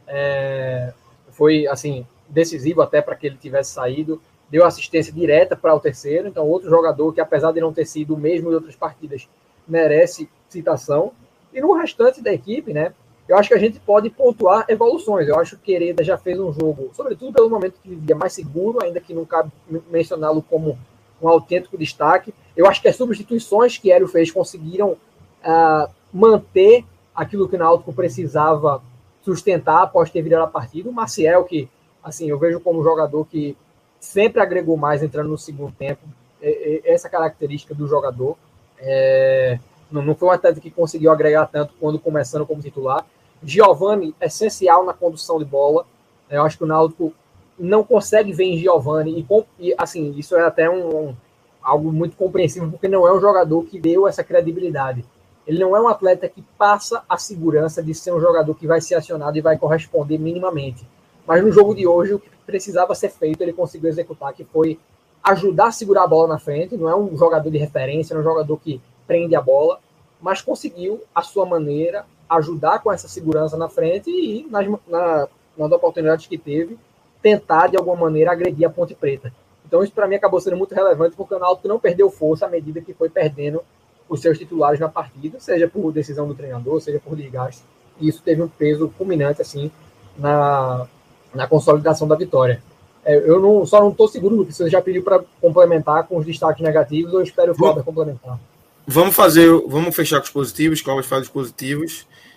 Foi assim, decisivo até para que ele tivesse saído. Deu assistência direta para o terceiro. Então, outro jogador que, apesar de não ter sido o mesmo em outras partidas, merece citação. E no restante da equipe, né, eu acho que a gente pode pontuar evoluções. Eu acho que Quereda já fez um jogo, sobretudo pelo momento que vivia, mais seguro, ainda que não cabe mencioná-lo como um autêntico destaque. Eu acho que as substituições que Hélio fez conseguiram manter aquilo que o Náutico precisava sustentar após ter virado a partida. O Maciel, que assim, eu vejo como um jogador que sempre agregou mais entrando no segundo tempo, essa característica do jogador. Não foi um atleta que conseguiu agregar tanto quando começando como titular. Giovani, essencial na condução de bola. Eu acho que o Náutico não consegue ver em Giovani, e assim, isso é até algo muito compreensível, porque não é um jogador que deu essa credibilidade. Ele não é um atleta que passa a segurança de ser um jogador que vai ser acionado e vai corresponder minimamente. Mas no jogo de hoje, o que precisava ser feito, ele conseguiu executar, que foi ajudar a segurar a bola na frente. Não é um jogador de referência, não é um jogador que prende a bola, mas conseguiu, à sua maneira, ajudar com essa segurança na frente e, nas oportunidades que teve, tentar, de alguma maneira, agredir a Ponte Preta. Então, isso, para mim, acabou sendo muito relevante, porque o Náutico não perdeu força à medida que foi perdendo os seus titulares na partida, seja por decisão do treinador, seja por desgaste. E isso teve um peso culminante, assim, na consolidação da vitória. Eu só não estou seguro do que você já pediu para complementar com os destaques negativos, ou eu espero o Flávio complementar. Vamos fechar com os positivos, Cláudio faz os positivos,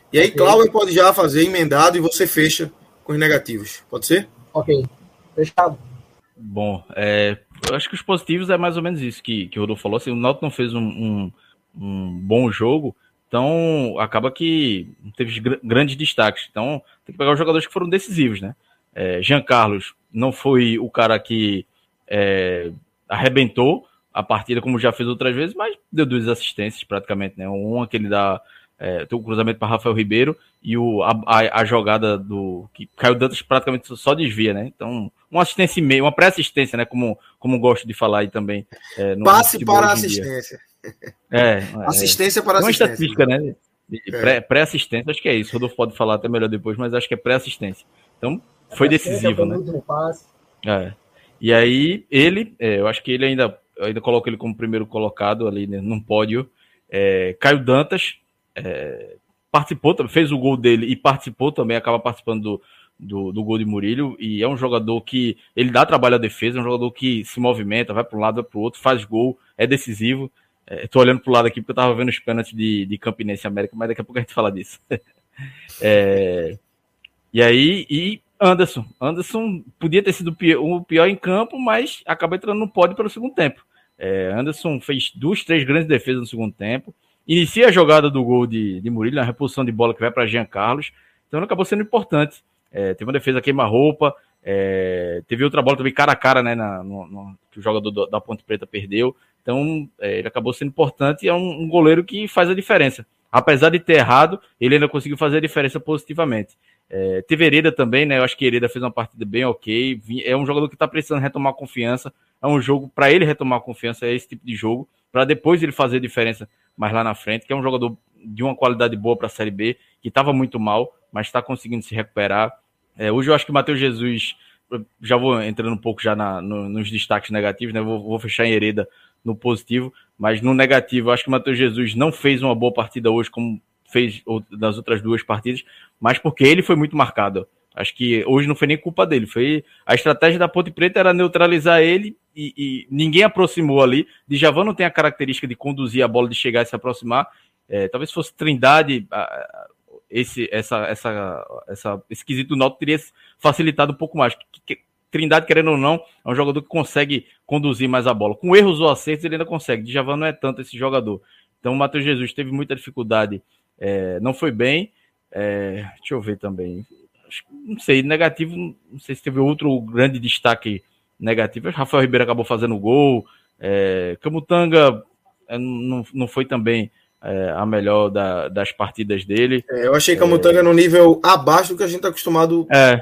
E aí, Ok. Cláudio pode já fazer emendado e você fecha com os negativos. Pode ser? Ok, fechado. Bom, eu acho que os positivos é mais ou menos isso que o Rodolfo falou. Assim, o Náutico não fez um bom jogo, então acaba que teve grandes destaques. Então tem que pegar os jogadores que foram decisivos, né? Jean Carlos não foi o cara que arrebentou a partida como já fez outras vezes, mas deu 2 assistências praticamente, né? Uma que ele dá tem um cruzamento para Rafael Ribeiro e a jogada do que Caio Dantas praticamente só desvia, né? Então, uma assistência e meio, uma pré-assistência, né? Como gosto de falar aí também. Passe para assistência. Assistência para é uma assistência. estatística, né? Pré-assistência, acho que é isso. O Rodolfo pode falar até melhor depois, mas acho que é pré-assistência. Então, foi decisivo, né? Passe. E aí, eu acho que ele ainda coloco ele como primeiro colocado ali, né, num pódio. Caio Dantas participou, fez o gol dele e participou também, acaba participando do gol de Murillo, e é um jogador que ele dá trabalho à defesa, é um jogador que se movimenta, vai para um lado, vai para o outro, faz gol, é decisivo. Tô olhando pro lado aqui porque eu tava vendo os pênaltis de Campinense América, mas daqui a pouco a gente fala disso. E aí, Anderson podia ter sido o pior em campo, mas acaba entrando no pódio pelo segundo tempo. Anderson fez 2, 3 grandes defesas no segundo tempo, inicia a jogada do gol de Murillo, a repulsão de bola que vai para Jean Carlos, então acabou sendo importante. Teve uma defesa queima-roupa, teve outra bola também cara a cara, né, que o jogador da Ponte Preta perdeu. Então, ele acabou sendo importante e é um goleiro que faz a diferença. Apesar de ter errado, ele ainda conseguiu fazer a diferença positivamente. Teve Hereda também, né? Eu acho que Hereda fez uma partida bem ok. É um jogador que está precisando retomar confiança. É um jogo para ele retomar confiança, é esse tipo de jogo, para depois ele fazer a diferença mais lá na frente, que é um jogador de uma qualidade boa para a Série B, que estava muito mal, mas está conseguindo se recuperar. Hoje eu acho que o Matheus Jesus, já vou entrando um pouco já nos destaques negativos, né? Vou fechar em Hereda no positivo, mas no negativo, eu acho que o Matheus Jesus não fez uma boa partida hoje, como fez nas outras 2 partidas, mas porque ele foi muito marcado. Acho que hoje não foi nem culpa dele, foi a estratégia da Ponte Preta era neutralizar ele e ninguém aproximou ali. Djavan não tem a característica de conduzir a bola, de chegar e se aproximar. Talvez fosse Trindade, esse quesito do Náutico teria facilitado um pouco mais. Trindade, querendo ou não, é um jogador que consegue conduzir mais a bola. Com erros ou acertos, ele ainda consegue. Djavan não é tanto esse jogador. Então, o Matheus Jesus teve muita dificuldade, não foi bem. Deixa eu ver também. Não sei, negativo, não sei se teve outro grande destaque negativo. Rafael Ribeiro acabou fazendo gol. Camutanga não foi também a melhor das partidas dele. Eu achei que a Camutanga no nível abaixo do que a gente está acostumado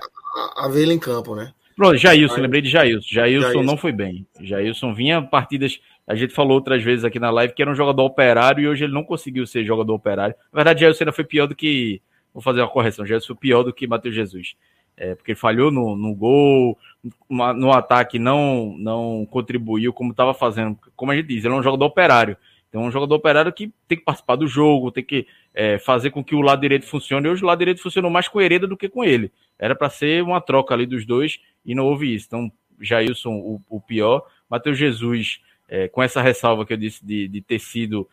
a ver ele em campo, né? Pronto, Jailson, lembrei de Jailson. Jailson não foi bem. Jailson vinha partidas, a gente falou outras vezes aqui na live que era um jogador operário e hoje ele não conseguiu ser jogador operário. Na verdade, Jailson ainda foi pior do que, vou fazer uma correção, Jailson foi pior do que Matheus Jesus. Porque ele falhou no gol, no ataque não contribuiu como estava fazendo. Como a gente diz, ele é um jogador operário. Então, um jogador operário que tem que participar do jogo, tem que fazer com que o lado direito funcione. Hoje o lado direito funcionou mais com o Hereda do que com ele. Era para ser uma troca ali dos dois e não houve isso. Então, Jailson, o pior. Matheus Jesus, com essa ressalva que eu disse de ter sido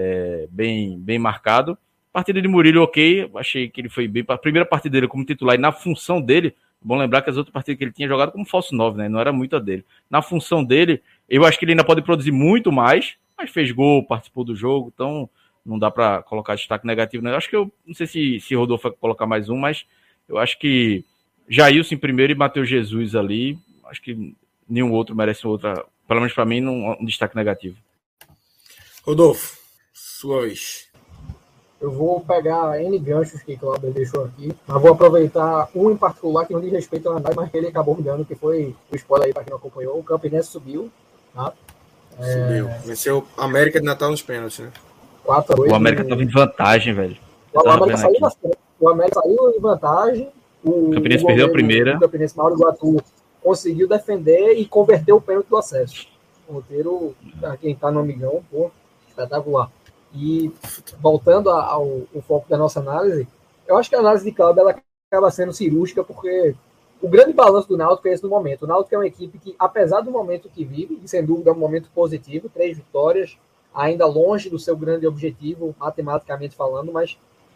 bem marcado. Partida de Murillo, ok. Achei que ele foi bem. A primeira partida dele como titular e na função dele, bom lembrar que as outras partidas que ele tinha jogado como falso 9, né? Não era muito a dele. Na função dele, eu acho que ele ainda pode produzir muito mais, mas fez gol, participou do jogo, então não dá para colocar destaque negativo, né? Eu acho que não sei se Rodolfo vai colocar mais um, mas eu acho que Jailson em primeiro e Matheus Jesus ali, acho que nenhum outro merece outra, pelo menos para mim, um destaque negativo. Rodolfo, sua vez. Eu vou pegar N ganchos que o Cláudio deixou aqui, mas vou aproveitar um em particular que não diz respeito ao Andai, mas que ele acabou me dando, que foi o spoiler aí para quem não acompanhou. O Campinense subiu, tá? Subiu. Venceu a América de Natal nos pênaltis, né? 4-8. O América estava em vantagem, velho. O América saiu em vantagem. O Campinense perdeu a primeira. O Campinense, Mauro Iguatu, conseguiu defender e converteu o pênalti do acesso. O roteiro, quem tá no amigão, pô, espetacular. E voltando ao foco da nossa análise, eu acho que a análise de Cláudio ela acaba sendo cirúrgica, porque o grande balanço do Náutico é esse no momento. O Náutico é uma equipe que, apesar do momento que vive, e sem dúvida é um momento positivo, 3 vitórias, ainda longe do seu grande objetivo, matematicamente falando, mas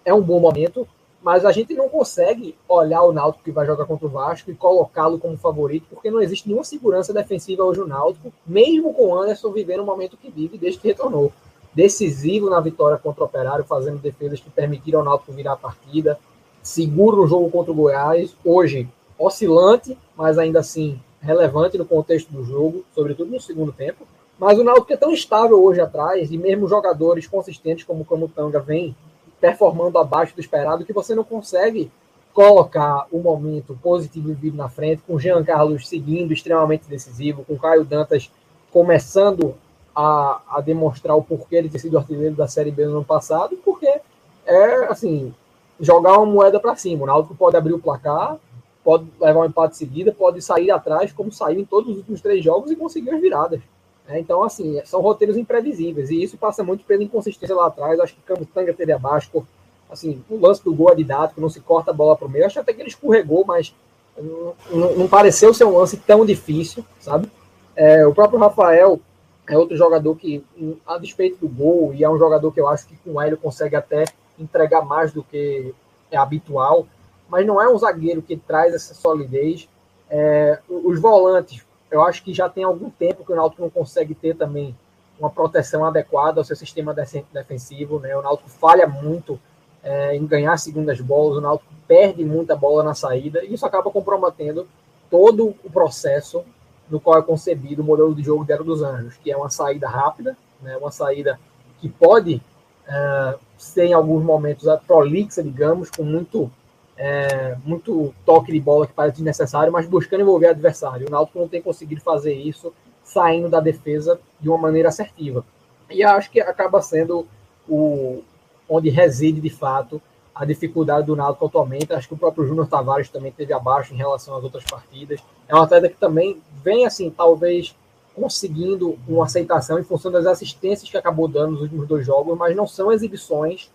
é um bom momento, mas a gente não consegue olhar o Náutico que vai jogar contra o Vasco e colocá-lo como favorito, porque não existe nenhuma segurança defensiva hoje no Náutico, mesmo com o Anderson vivendo o momento que vive desde que retornou. Decisivo na vitória contra o Operário, fazendo defesas que permitiram ao Náutico virar a partida, seguro no jogo contra o Goiás, hoje oscilante, mas ainda assim relevante no contexto do jogo, sobretudo no segundo tempo. Mas o Náutico é tão estável hoje atrás, e mesmo jogadores consistentes como o Camutanga vem performando abaixo do esperado, que você não consegue colocar o momento positivo vivido na frente, com o Jean Carlos seguindo extremamente decisivo, com o Caio Dantas começando a demonstrar o porquê de ter sido artilheiro da Série B no ano passado, porque é, assim, jogar uma moeda para cima. O Náutico pode abrir o placar, pode levar um empate de seguida, pode sair atrás, como saiu em todos os últimos 3 jogos e conseguir as viradas. Então, assim, são roteiros imprevisíveis, e isso passa muito pela inconsistência lá atrás. Acho que Camutanga teve abaixo, assim, o lance do gol é didático, não se corta a bola para o meio. Acho até que ele escorregou, mas não pareceu ser um lance tão difícil, sabe? O próprio Rafael é outro jogador que, a despeito do gol, e é um jogador que eu acho que com o Hélio consegue até entregar mais do que é habitual, mas não é um zagueiro que traz essa solidez. Os volantes, eu acho que já tem algum tempo que o Náutico não consegue ter também uma proteção adequada ao seu sistema defensivo, né? O Náutico falha muito em ganhar segundas bolas, o Náutico perde muita bola na saída, e isso acaba comprometendo todo o processo no qual é concebido o modelo de jogo de Hélio dos Anjos, que é uma saída rápida, né? Uma saída que pode ser em alguns momentos prolixa, digamos, com muito toque de bola que parece desnecessário, mas buscando envolver o adversário. O Náutico não tem conseguido fazer isso saindo da defesa de uma maneira assertiva. E acho que acaba sendo onde reside, de fato, a dificuldade do Náutico atualmente. Acho que o próprio Júnior Tavares também teve abaixo em relação às outras partidas. É um atleta que também vem, assim, talvez conseguindo uma aceitação em função das assistências que acabou dando nos últimos 2 jogos, mas não são exibições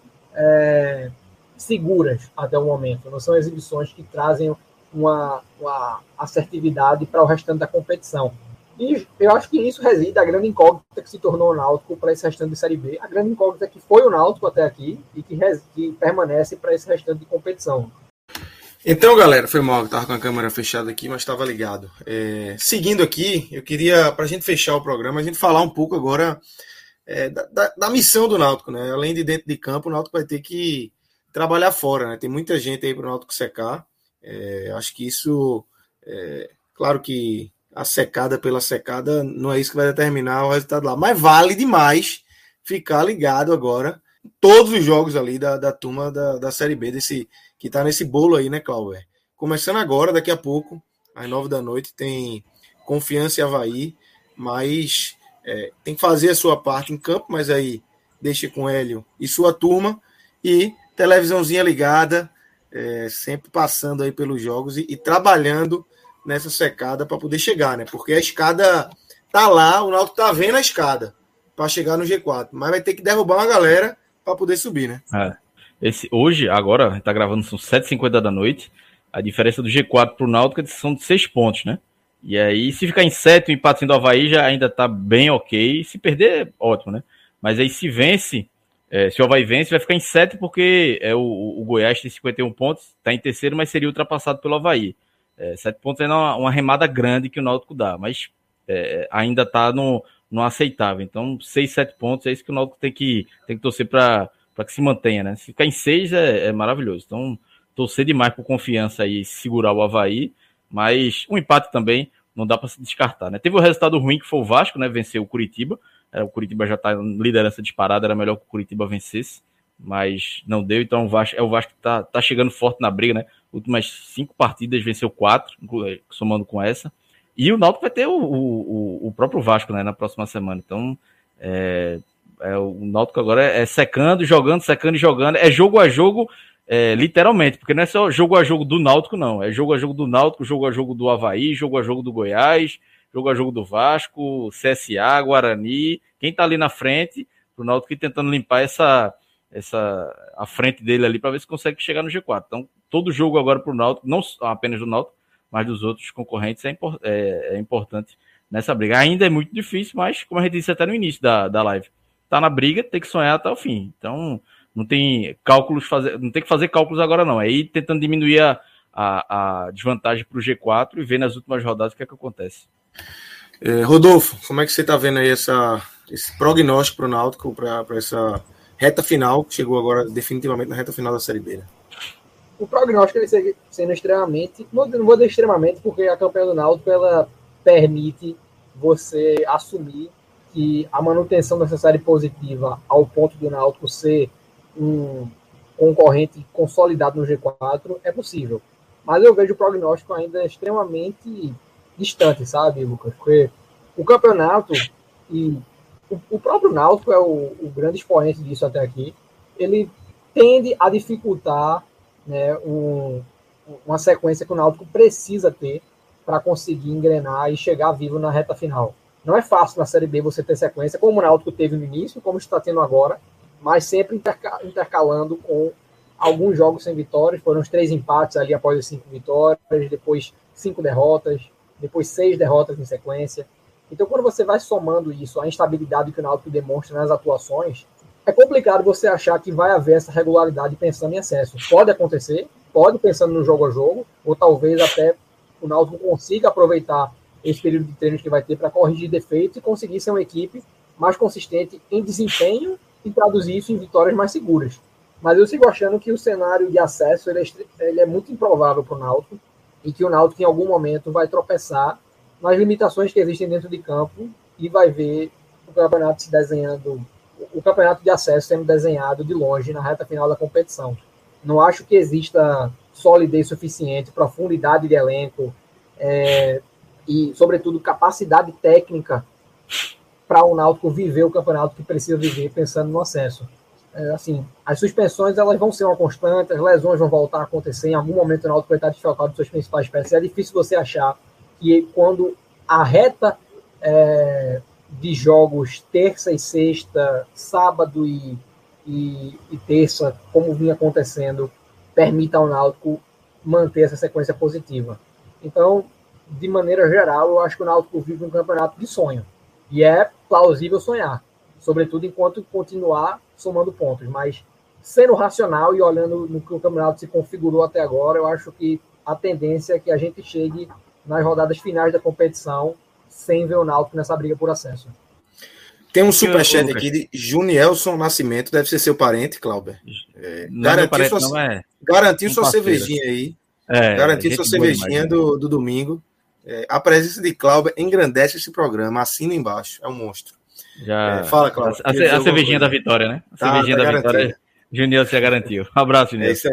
seguras até o momento. Não são exibições que trazem uma assertividade para o restante da competição. E eu acho que isso reside a grande incógnita que se tornou o Náutico para esse restante de Série B, a grande incógnita que foi o Náutico até aqui e que permanece para esse restante de competição. Então, galera, foi mal, eu estava com a câmera fechada aqui, mas estava ligado. Seguindo aqui, eu queria, para a gente fechar o programa, a gente falar um pouco agora da missão do Náutico, né? Além de dentro de campo, o Náutico vai ter que trabalhar fora, né? Tem muita gente aí para o Náutico secar. Acho que isso, claro que a secada pela secada não é isso que vai determinar o resultado lá, mas vale demais ficar ligado agora em todos os jogos ali da turma da Série B, que está nesse bolo aí, né, Cláudio? Começando agora, daqui a pouco, às 9 da noite, tem Confiança e Avaí, mas tem que fazer a sua parte em campo, mas aí deixa com Hélio e sua turma, e televisãozinha ligada, sempre passando aí pelos jogos e trabalhando nessa secada para poder chegar, né? Porque a escada tá lá, o Náutico tá vendo a escada para chegar no G4, mas vai ter que derrubar uma galera para poder subir, né? Hoje, agora, a gente tá gravando, são 7h50 da noite, a diferença do G4 pro Náutico são de 6 pontos, né? E aí, se ficar em 7, o empatezinho do Avaí já ainda tá bem ok, se perder, ótimo, né? Mas aí, se vence, se o Avaí vence, vai ficar em 7, porque o Goiás tem 51 pontos, tá em terceiro, mas seria ultrapassado pelo Avaí. 7 pontos é uma remada grande que o Náutico dá, mas ainda está no aceitável. Então, 6, 7 pontos é isso que o Náutico tem que torcer para que se mantenha, né? Se ficar em 6 é maravilhoso. Então, torcer demais por Confiança aí, segurar o Avaí, mas um empate também não dá para se descartar, né? Teve o resultado ruim que foi o Vasco, né? Venceu o Curitiba. O Curitiba já está em liderança disparada, era melhor que o Curitiba vencesse, mas não deu. Então, o Vasco que tá chegando forte na briga, né? Últimas 5 partidas, venceu 4, somando com essa. E o Náutico vai ter o próprio Vasco, né, na próxima semana. Então, o Náutico agora secando, jogando, secando e jogando. É jogo a jogo, literalmente, porque não é só jogo a jogo do Náutico, não. É jogo a jogo do Náutico, jogo a jogo do Avaí, jogo a jogo do Goiás, jogo a jogo do Vasco, CSA, Guarani. Quem tá ali na frente, pro Náutico ir tentando limpar a frente dele ali para ver se consegue chegar no G4. Então, todo jogo agora para o Náutico, não apenas do Náutico, mas dos outros concorrentes, é importante nessa briga. Ainda é muito difícil, mas, como a gente disse até no início da live, tá na briga, tem que sonhar até o fim. Então, não tem cálculos, não tem que fazer cálculos agora não, é ir tentando diminuir a desvantagem para o G4 e ver nas últimas rodadas o que é que acontece. Rodolfo, como é que você está vendo aí esse prognóstico para o Náutico, para essa reta final, que chegou agora definitivamente na reta final da Série B? Né? O prognóstico ele sendo extremamente, não vou dizer extremamente, porque a campanha do Náutico ela permite você assumir que a manutenção dessa série positiva ao ponto do Náutico ser um concorrente consolidado no G4 é possível. Mas eu vejo o prognóstico ainda extremamente distante, sabe, Lucas? Porque o campeonato e o próprio Náutico é o grande expoente disso até aqui. Ele tende a dificultar, né, uma sequência que o Náutico precisa ter para conseguir engrenar e chegar vivo na reta final. Não é fácil na Série B você ter sequência, como o Náutico teve no início, como está tendo agora, mas sempre intercalando com alguns jogos sem vitórias. Foram os 3 empates ali após as 5 vitórias, depois 5 derrotas, depois 6 derrotas em sequência. Então, quando você vai somando isso, a instabilidade que o Náutico demonstra nas atuações, é complicado você achar que vai haver essa regularidade pensando em acesso. Pode acontecer, pode pensando no jogo a jogo, ou talvez até o Náutico consiga aproveitar esse período de treinos que vai ter para corrigir defeitos e conseguir ser uma equipe mais consistente em desempenho e traduzir isso em vitórias mais seguras. Mas eu sigo achando que o cenário de acesso ele é muito improvável para o Náutico e que o Náutico em algum momento vai tropeçar nas limitações que existem dentro de campo e vai ver o campeonato se desenhando, o campeonato de acesso sendo desenhado de longe na reta final da competição. Não acho que exista solidez suficiente, profundidade de elenco e, sobretudo, capacidade técnica para o Náutico viver o campeonato que precisa viver pensando no acesso. Assim, as suspensões elas vão ser uma constante, as lesões vão voltar a acontecer, em algum momento o Náutico vai estar desfalcado de suas principais peças. É difícil você achar que quando a reta de jogos terça e sexta, sábado e terça, como vinha acontecendo, permita ao Náutico manter essa sequência positiva. Então, de maneira geral, eu acho que o Náutico vive um campeonato de sonho. E é plausível sonhar, sobretudo enquanto continuar somando pontos. Mas, sendo racional e olhando no que o campeonato se configurou até agora, eu acho que a tendência é que a gente chegue nas rodadas finais da competição sem ver o Náutico nessa briga por acesso. Tem um superchat aqui de Junielson Nascimento, deve ser seu parente, Cláudio. Garantiu sua cervejinha aí. Garantiu sua cervejinha do domingo. A presença de Cláudio engrandece esse programa. Assina embaixo. É um monstro. Fala, Cláudio. A cervejinha da vitória, né? A cervejinha da vitória. Junielson já garantiu. Um abraço, Junielson.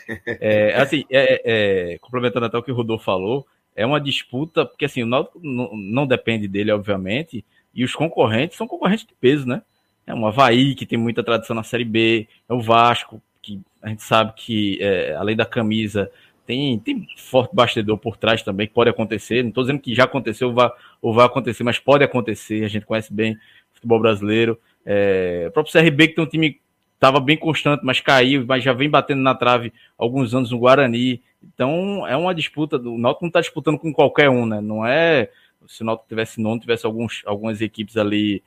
É isso aí. Complementando até o que o Rodolfo falou, é uma disputa, porque assim, o Náutico não depende dele, obviamente, e os concorrentes são concorrentes de peso, né? É o Avaí, que tem muita tradição na Série B, é o Vasco, que a gente sabe que, além da camisa, tem forte bastidor por trás também, que pode acontecer. Não estou dizendo que já aconteceu ou vai acontecer, mas pode acontecer. A gente conhece bem o futebol brasileiro. O próprio CRB, que tem um time que estava bem constante, mas caiu, mas já vem batendo na trave há alguns anos no Guarani. Então, é uma disputa. O Náutico não está disputando com qualquer um, né? Não é... Se o Náutico tivesse algumas equipes ali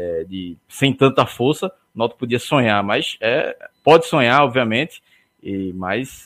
sem tanta força, o Náutico podia sonhar, mas pode sonhar, obviamente, mas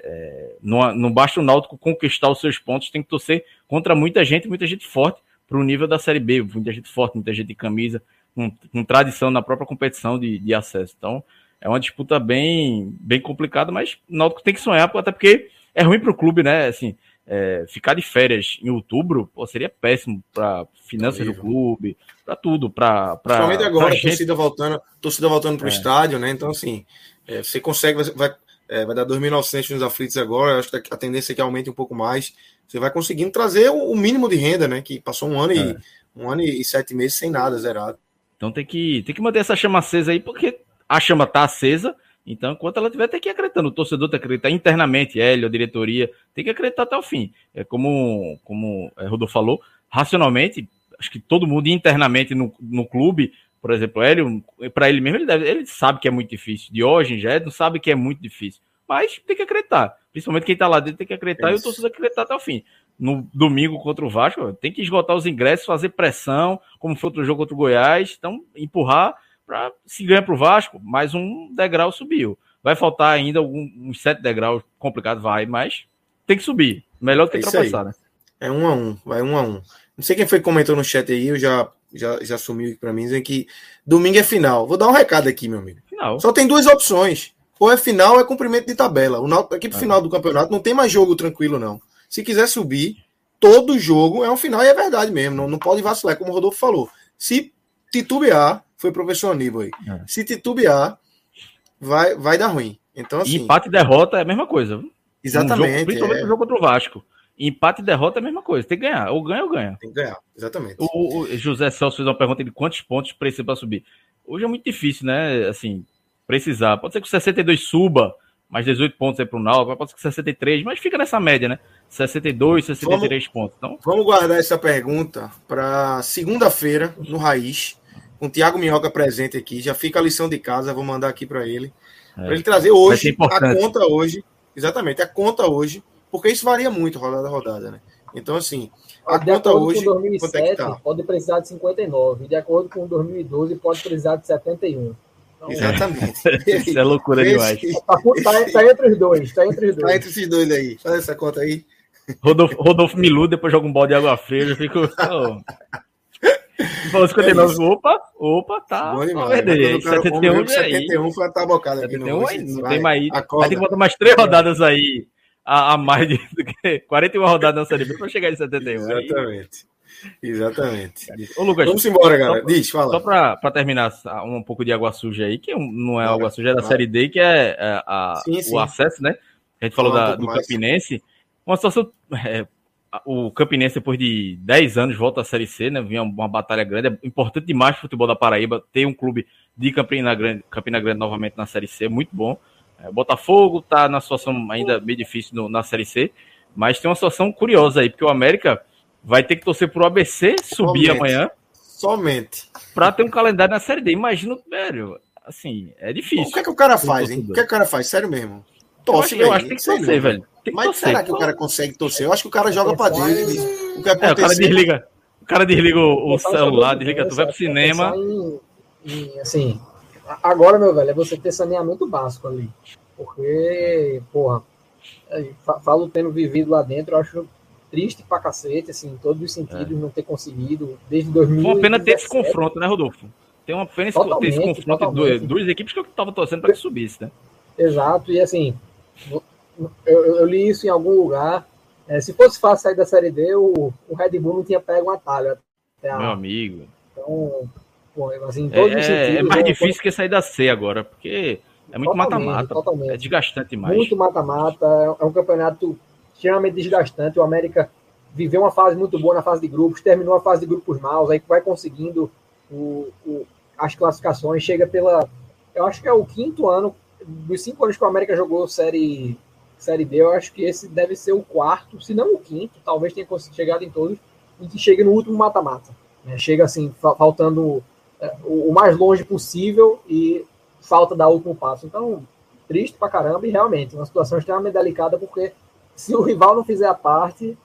não basta o Náutico conquistar os seus pontos, tem que torcer contra muita gente forte para o nível da Série B, muita gente forte, muita gente de camisa, com tradição na própria competição de acesso. Então, é uma disputa bem, bem complicada, mas o Náutico tem que sonhar, até porque é ruim para o clube, né? Assim, ficar de férias em outubro seria péssimo para finanças do clube, para tudo, principalmente agora, a torcida voltando para o estádio, né? Então, assim, você consegue, vai dar 2.900 nos aflitos agora, acho que a tendência é que aumente um pouco mais. Você vai conseguindo trazer o mínimo de renda, né? Que passou um ano e 7 meses sem nada, zerado. Então tem que manter essa chama acesa aí, porque a chama está acesa. Então, enquanto ela tiver, tem que ir acreditando. O torcedor tem que acreditar internamente, Hélio, a diretoria, tem que acreditar até o fim. Como o Rodolfo falou, racionalmente, acho que todo mundo internamente no clube, por exemplo, Hélio, para ele mesmo, ele sabe que é muito difícil. Diógenes, não sabe que é muito difícil. Mas tem que acreditar. Principalmente quem está lá dentro tem que acreditar e o torcedor tem que acreditar até o fim. No domingo contra o Vasco, tem que esgotar os ingressos, fazer pressão, como foi outro jogo contra o Goiás. Então, empurrar se ganha pro Vasco, mais um degrau subiu. Vai faltar ainda uns 7 degraus complicados, mas tem que subir. Melhor do que tropeçar, né? É 1-1, vai 1-1. Não sei quem foi que comentou no chat aí, eu já sumiu aqui pra mim, dizendo que domingo é final. Vou dar um recado aqui, meu amigo. Final. Só tem 2 opções. Ou é final ou é cumprimento de tabela. A equipe final do campeonato não tem mais jogo tranquilo, não. Se quiser subir, todo jogo é um final e é verdade mesmo. Não pode vacilar, como o Rodolfo falou. Se titubear, foi o professor Aníbal aí. Se titubear, vai dar ruim. Então, assim, empate e derrota é a mesma coisa. Exatamente. Principalmente no jogo contra o Vasco. Empate e derrota é a mesma coisa. Tem que ganhar. Ou ganha ou ganha. Tem que ganhar, exatamente. O José Celso fez uma pergunta de quantos pontos precisa para subir. Hoje é muito difícil, né? Assim, precisar. Pode ser que o 62 suba, mais 18 pontos aí para o Náutico. Pode ser que 63, mas fica nessa média, né? 62, 63 pontos. Então, vamos guardar essa pergunta para segunda-feira, no Raiz, com o Thiago Minhoca presente aqui. Já fica a lição de casa, vou mandar aqui para ele. Para ele trazer hoje a conta hoje. Exatamente, a conta hoje. Porque isso varia muito, rodada a rodada, né? Então, assim, a conta hoje... De acordo com 2007, pode precisar de 59. De acordo com 2012, pode precisar de 71. Então, exatamente. Isso é loucura demais. Tá entre os dois. Tá entre esses dois aí. Faz essa conta aí. Rodolfo Milu, depois joga um balde de água fria, eu fico... Falou 59, opa, tá. Bom demais. 71 foi a tabocada aqui no hoje. Não tem mais. Vai ter que botar mais 3 rodadas aí. A mais do que 41 rodadas na Série B para chegar em 71. Exatamente. Ô, Lucas, vamos embora, galera. Fala. Só para terminar um pouco de água suja aí, que não é água suja, é da Série D, que é o acesso, né? A gente falou do Campinense. Uma situação... o Campinense, depois de 10 anos, volta à Série C, né? Vinha uma batalha grande. É importante demais para o futebol da Paraíba ter um clube de Campina Grande novamente na Série C. Muito bom. Botafogo está na situação ainda meio difícil na Série C, mas tem uma situação curiosa aí, porque o América vai ter que torcer pro ABC subir amanhã. Somente. Para ter um calendário na Série D. Imagina, velho, assim, é difícil. O que é que o cara faz, hein? O que é que o cara faz? Sério mesmo. Torce, eu acho que tem que torcer, velho. Mas será que o cara consegue torcer? Eu acho que o cara joga pra Deus e diz o que aconteceu. O cara desliga o celular, desliga tudo, vai pro cinema. Assim, agora, meu velho, é você ter saneamento básico ali. Porque, porra, falo tendo vivido lá dentro, eu acho triste pra cacete, assim, em todos os sentidos, não ter conseguido desde 2017. Foi uma pena ter esse confronto, né, Rodolfo? Tem uma pena ter esse confronto de duas equipes que eu tava torcendo pra que subisse, né? Exato, e assim, eu li isso em algum lugar. Se fosse fácil sair da Série D, o Red Bull não tinha pego um atalho. Meu amigo. Então, pô, assim, em todos os sentidos. É mais difícil que sair da C agora, porque é muito mata-mata. É desgastante demais. Muito mata-mata. É um campeonato extremamente desgastante. O América viveu uma fase muito boa na fase de grupos, terminou a fase de grupos maus, aí vai conseguindo as classificações, chega pela... Eu acho que é o 5º ano, dos 5 anos que o América jogou Série D, eu acho que esse deve ser o 4º, se não o 5º, talvez tenha chegado em todos, e que chega no último mata-mata. Né? Chega assim, faltando o mais longe possível e falta dar o último passo. Então, triste pra caramba e realmente uma situação extremamente delicada, porque se o rival não fizer a parte,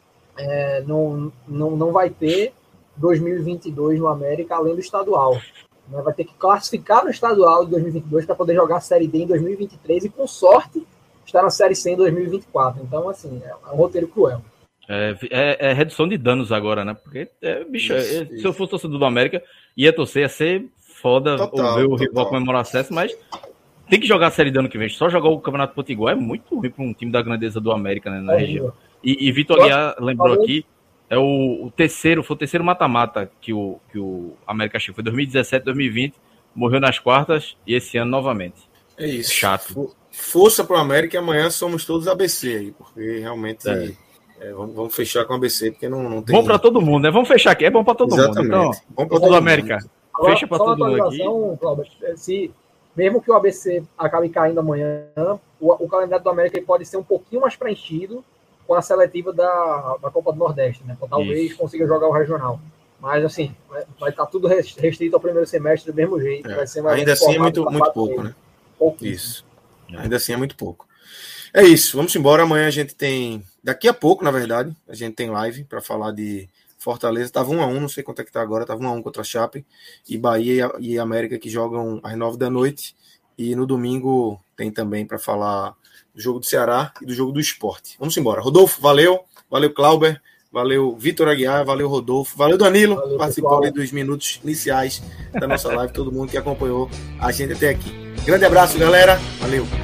não vai ter 2022 no América além do estadual. Né? Vai ter que classificar no estadual de 2022 para poder jogar a Série D em 2023 e, com sorte, estar na Série C em 2024. Então, assim, é um roteiro cruel. É redução de danos agora, né? Porque, se eu fosse torcedor do América, ia torcer, ia ser foda ver o rival comemorar acesso, mas tem que jogar a Série D ano que vem. Só jogar o Campeonato Potiguar é muito ruim para um time da grandeza do América, né, na região. E Vitor Aguiar lembrou aqui, foi o terceiro mata-mata que o América chegou. Foi 2017, 2020, morreu nas quartas e esse ano novamente. É isso. Chato. Força pro América e amanhã somos todos ABC aí, porque realmente vamos fechar com o ABC, porque não tem... Bom para todo mundo, né? Vamos fechar aqui, é bom para todo mundo. Então, bom para todo América. Agora, fecha para todo mundo aqui. Cláudio, mesmo que o ABC acabe caindo amanhã, o calendário do América pode ser um pouquinho mais preenchido com a seletiva da Copa do Nordeste, né? Então, talvez consiga jogar o regional. Mas, assim, vai estar tudo restrito ao primeiro semestre do mesmo jeito. Vai ser mais ainda assim é muito pouco, né? Isso. Ainda assim é muito pouco. É isso, vamos embora. Amanhã a gente tem... Daqui a pouco, na verdade, a gente tem live para falar de Fortaleza estava 1-1, não sei quanto é que tá agora, estava 1-1 contra a Chape, e Bahia e América que jogam às 9 da noite, e no domingo tem também para falar do jogo do Ceará e do jogo do Sport. Vamos embora. Rodolfo, valeu Clauber, valeu Vitor Aguiar, valeu Rodolfo, valeu Danilo, valeu, participou dos minutos iniciais da nossa live, todo mundo que acompanhou a gente até aqui. Grande abraço, galera, valeu!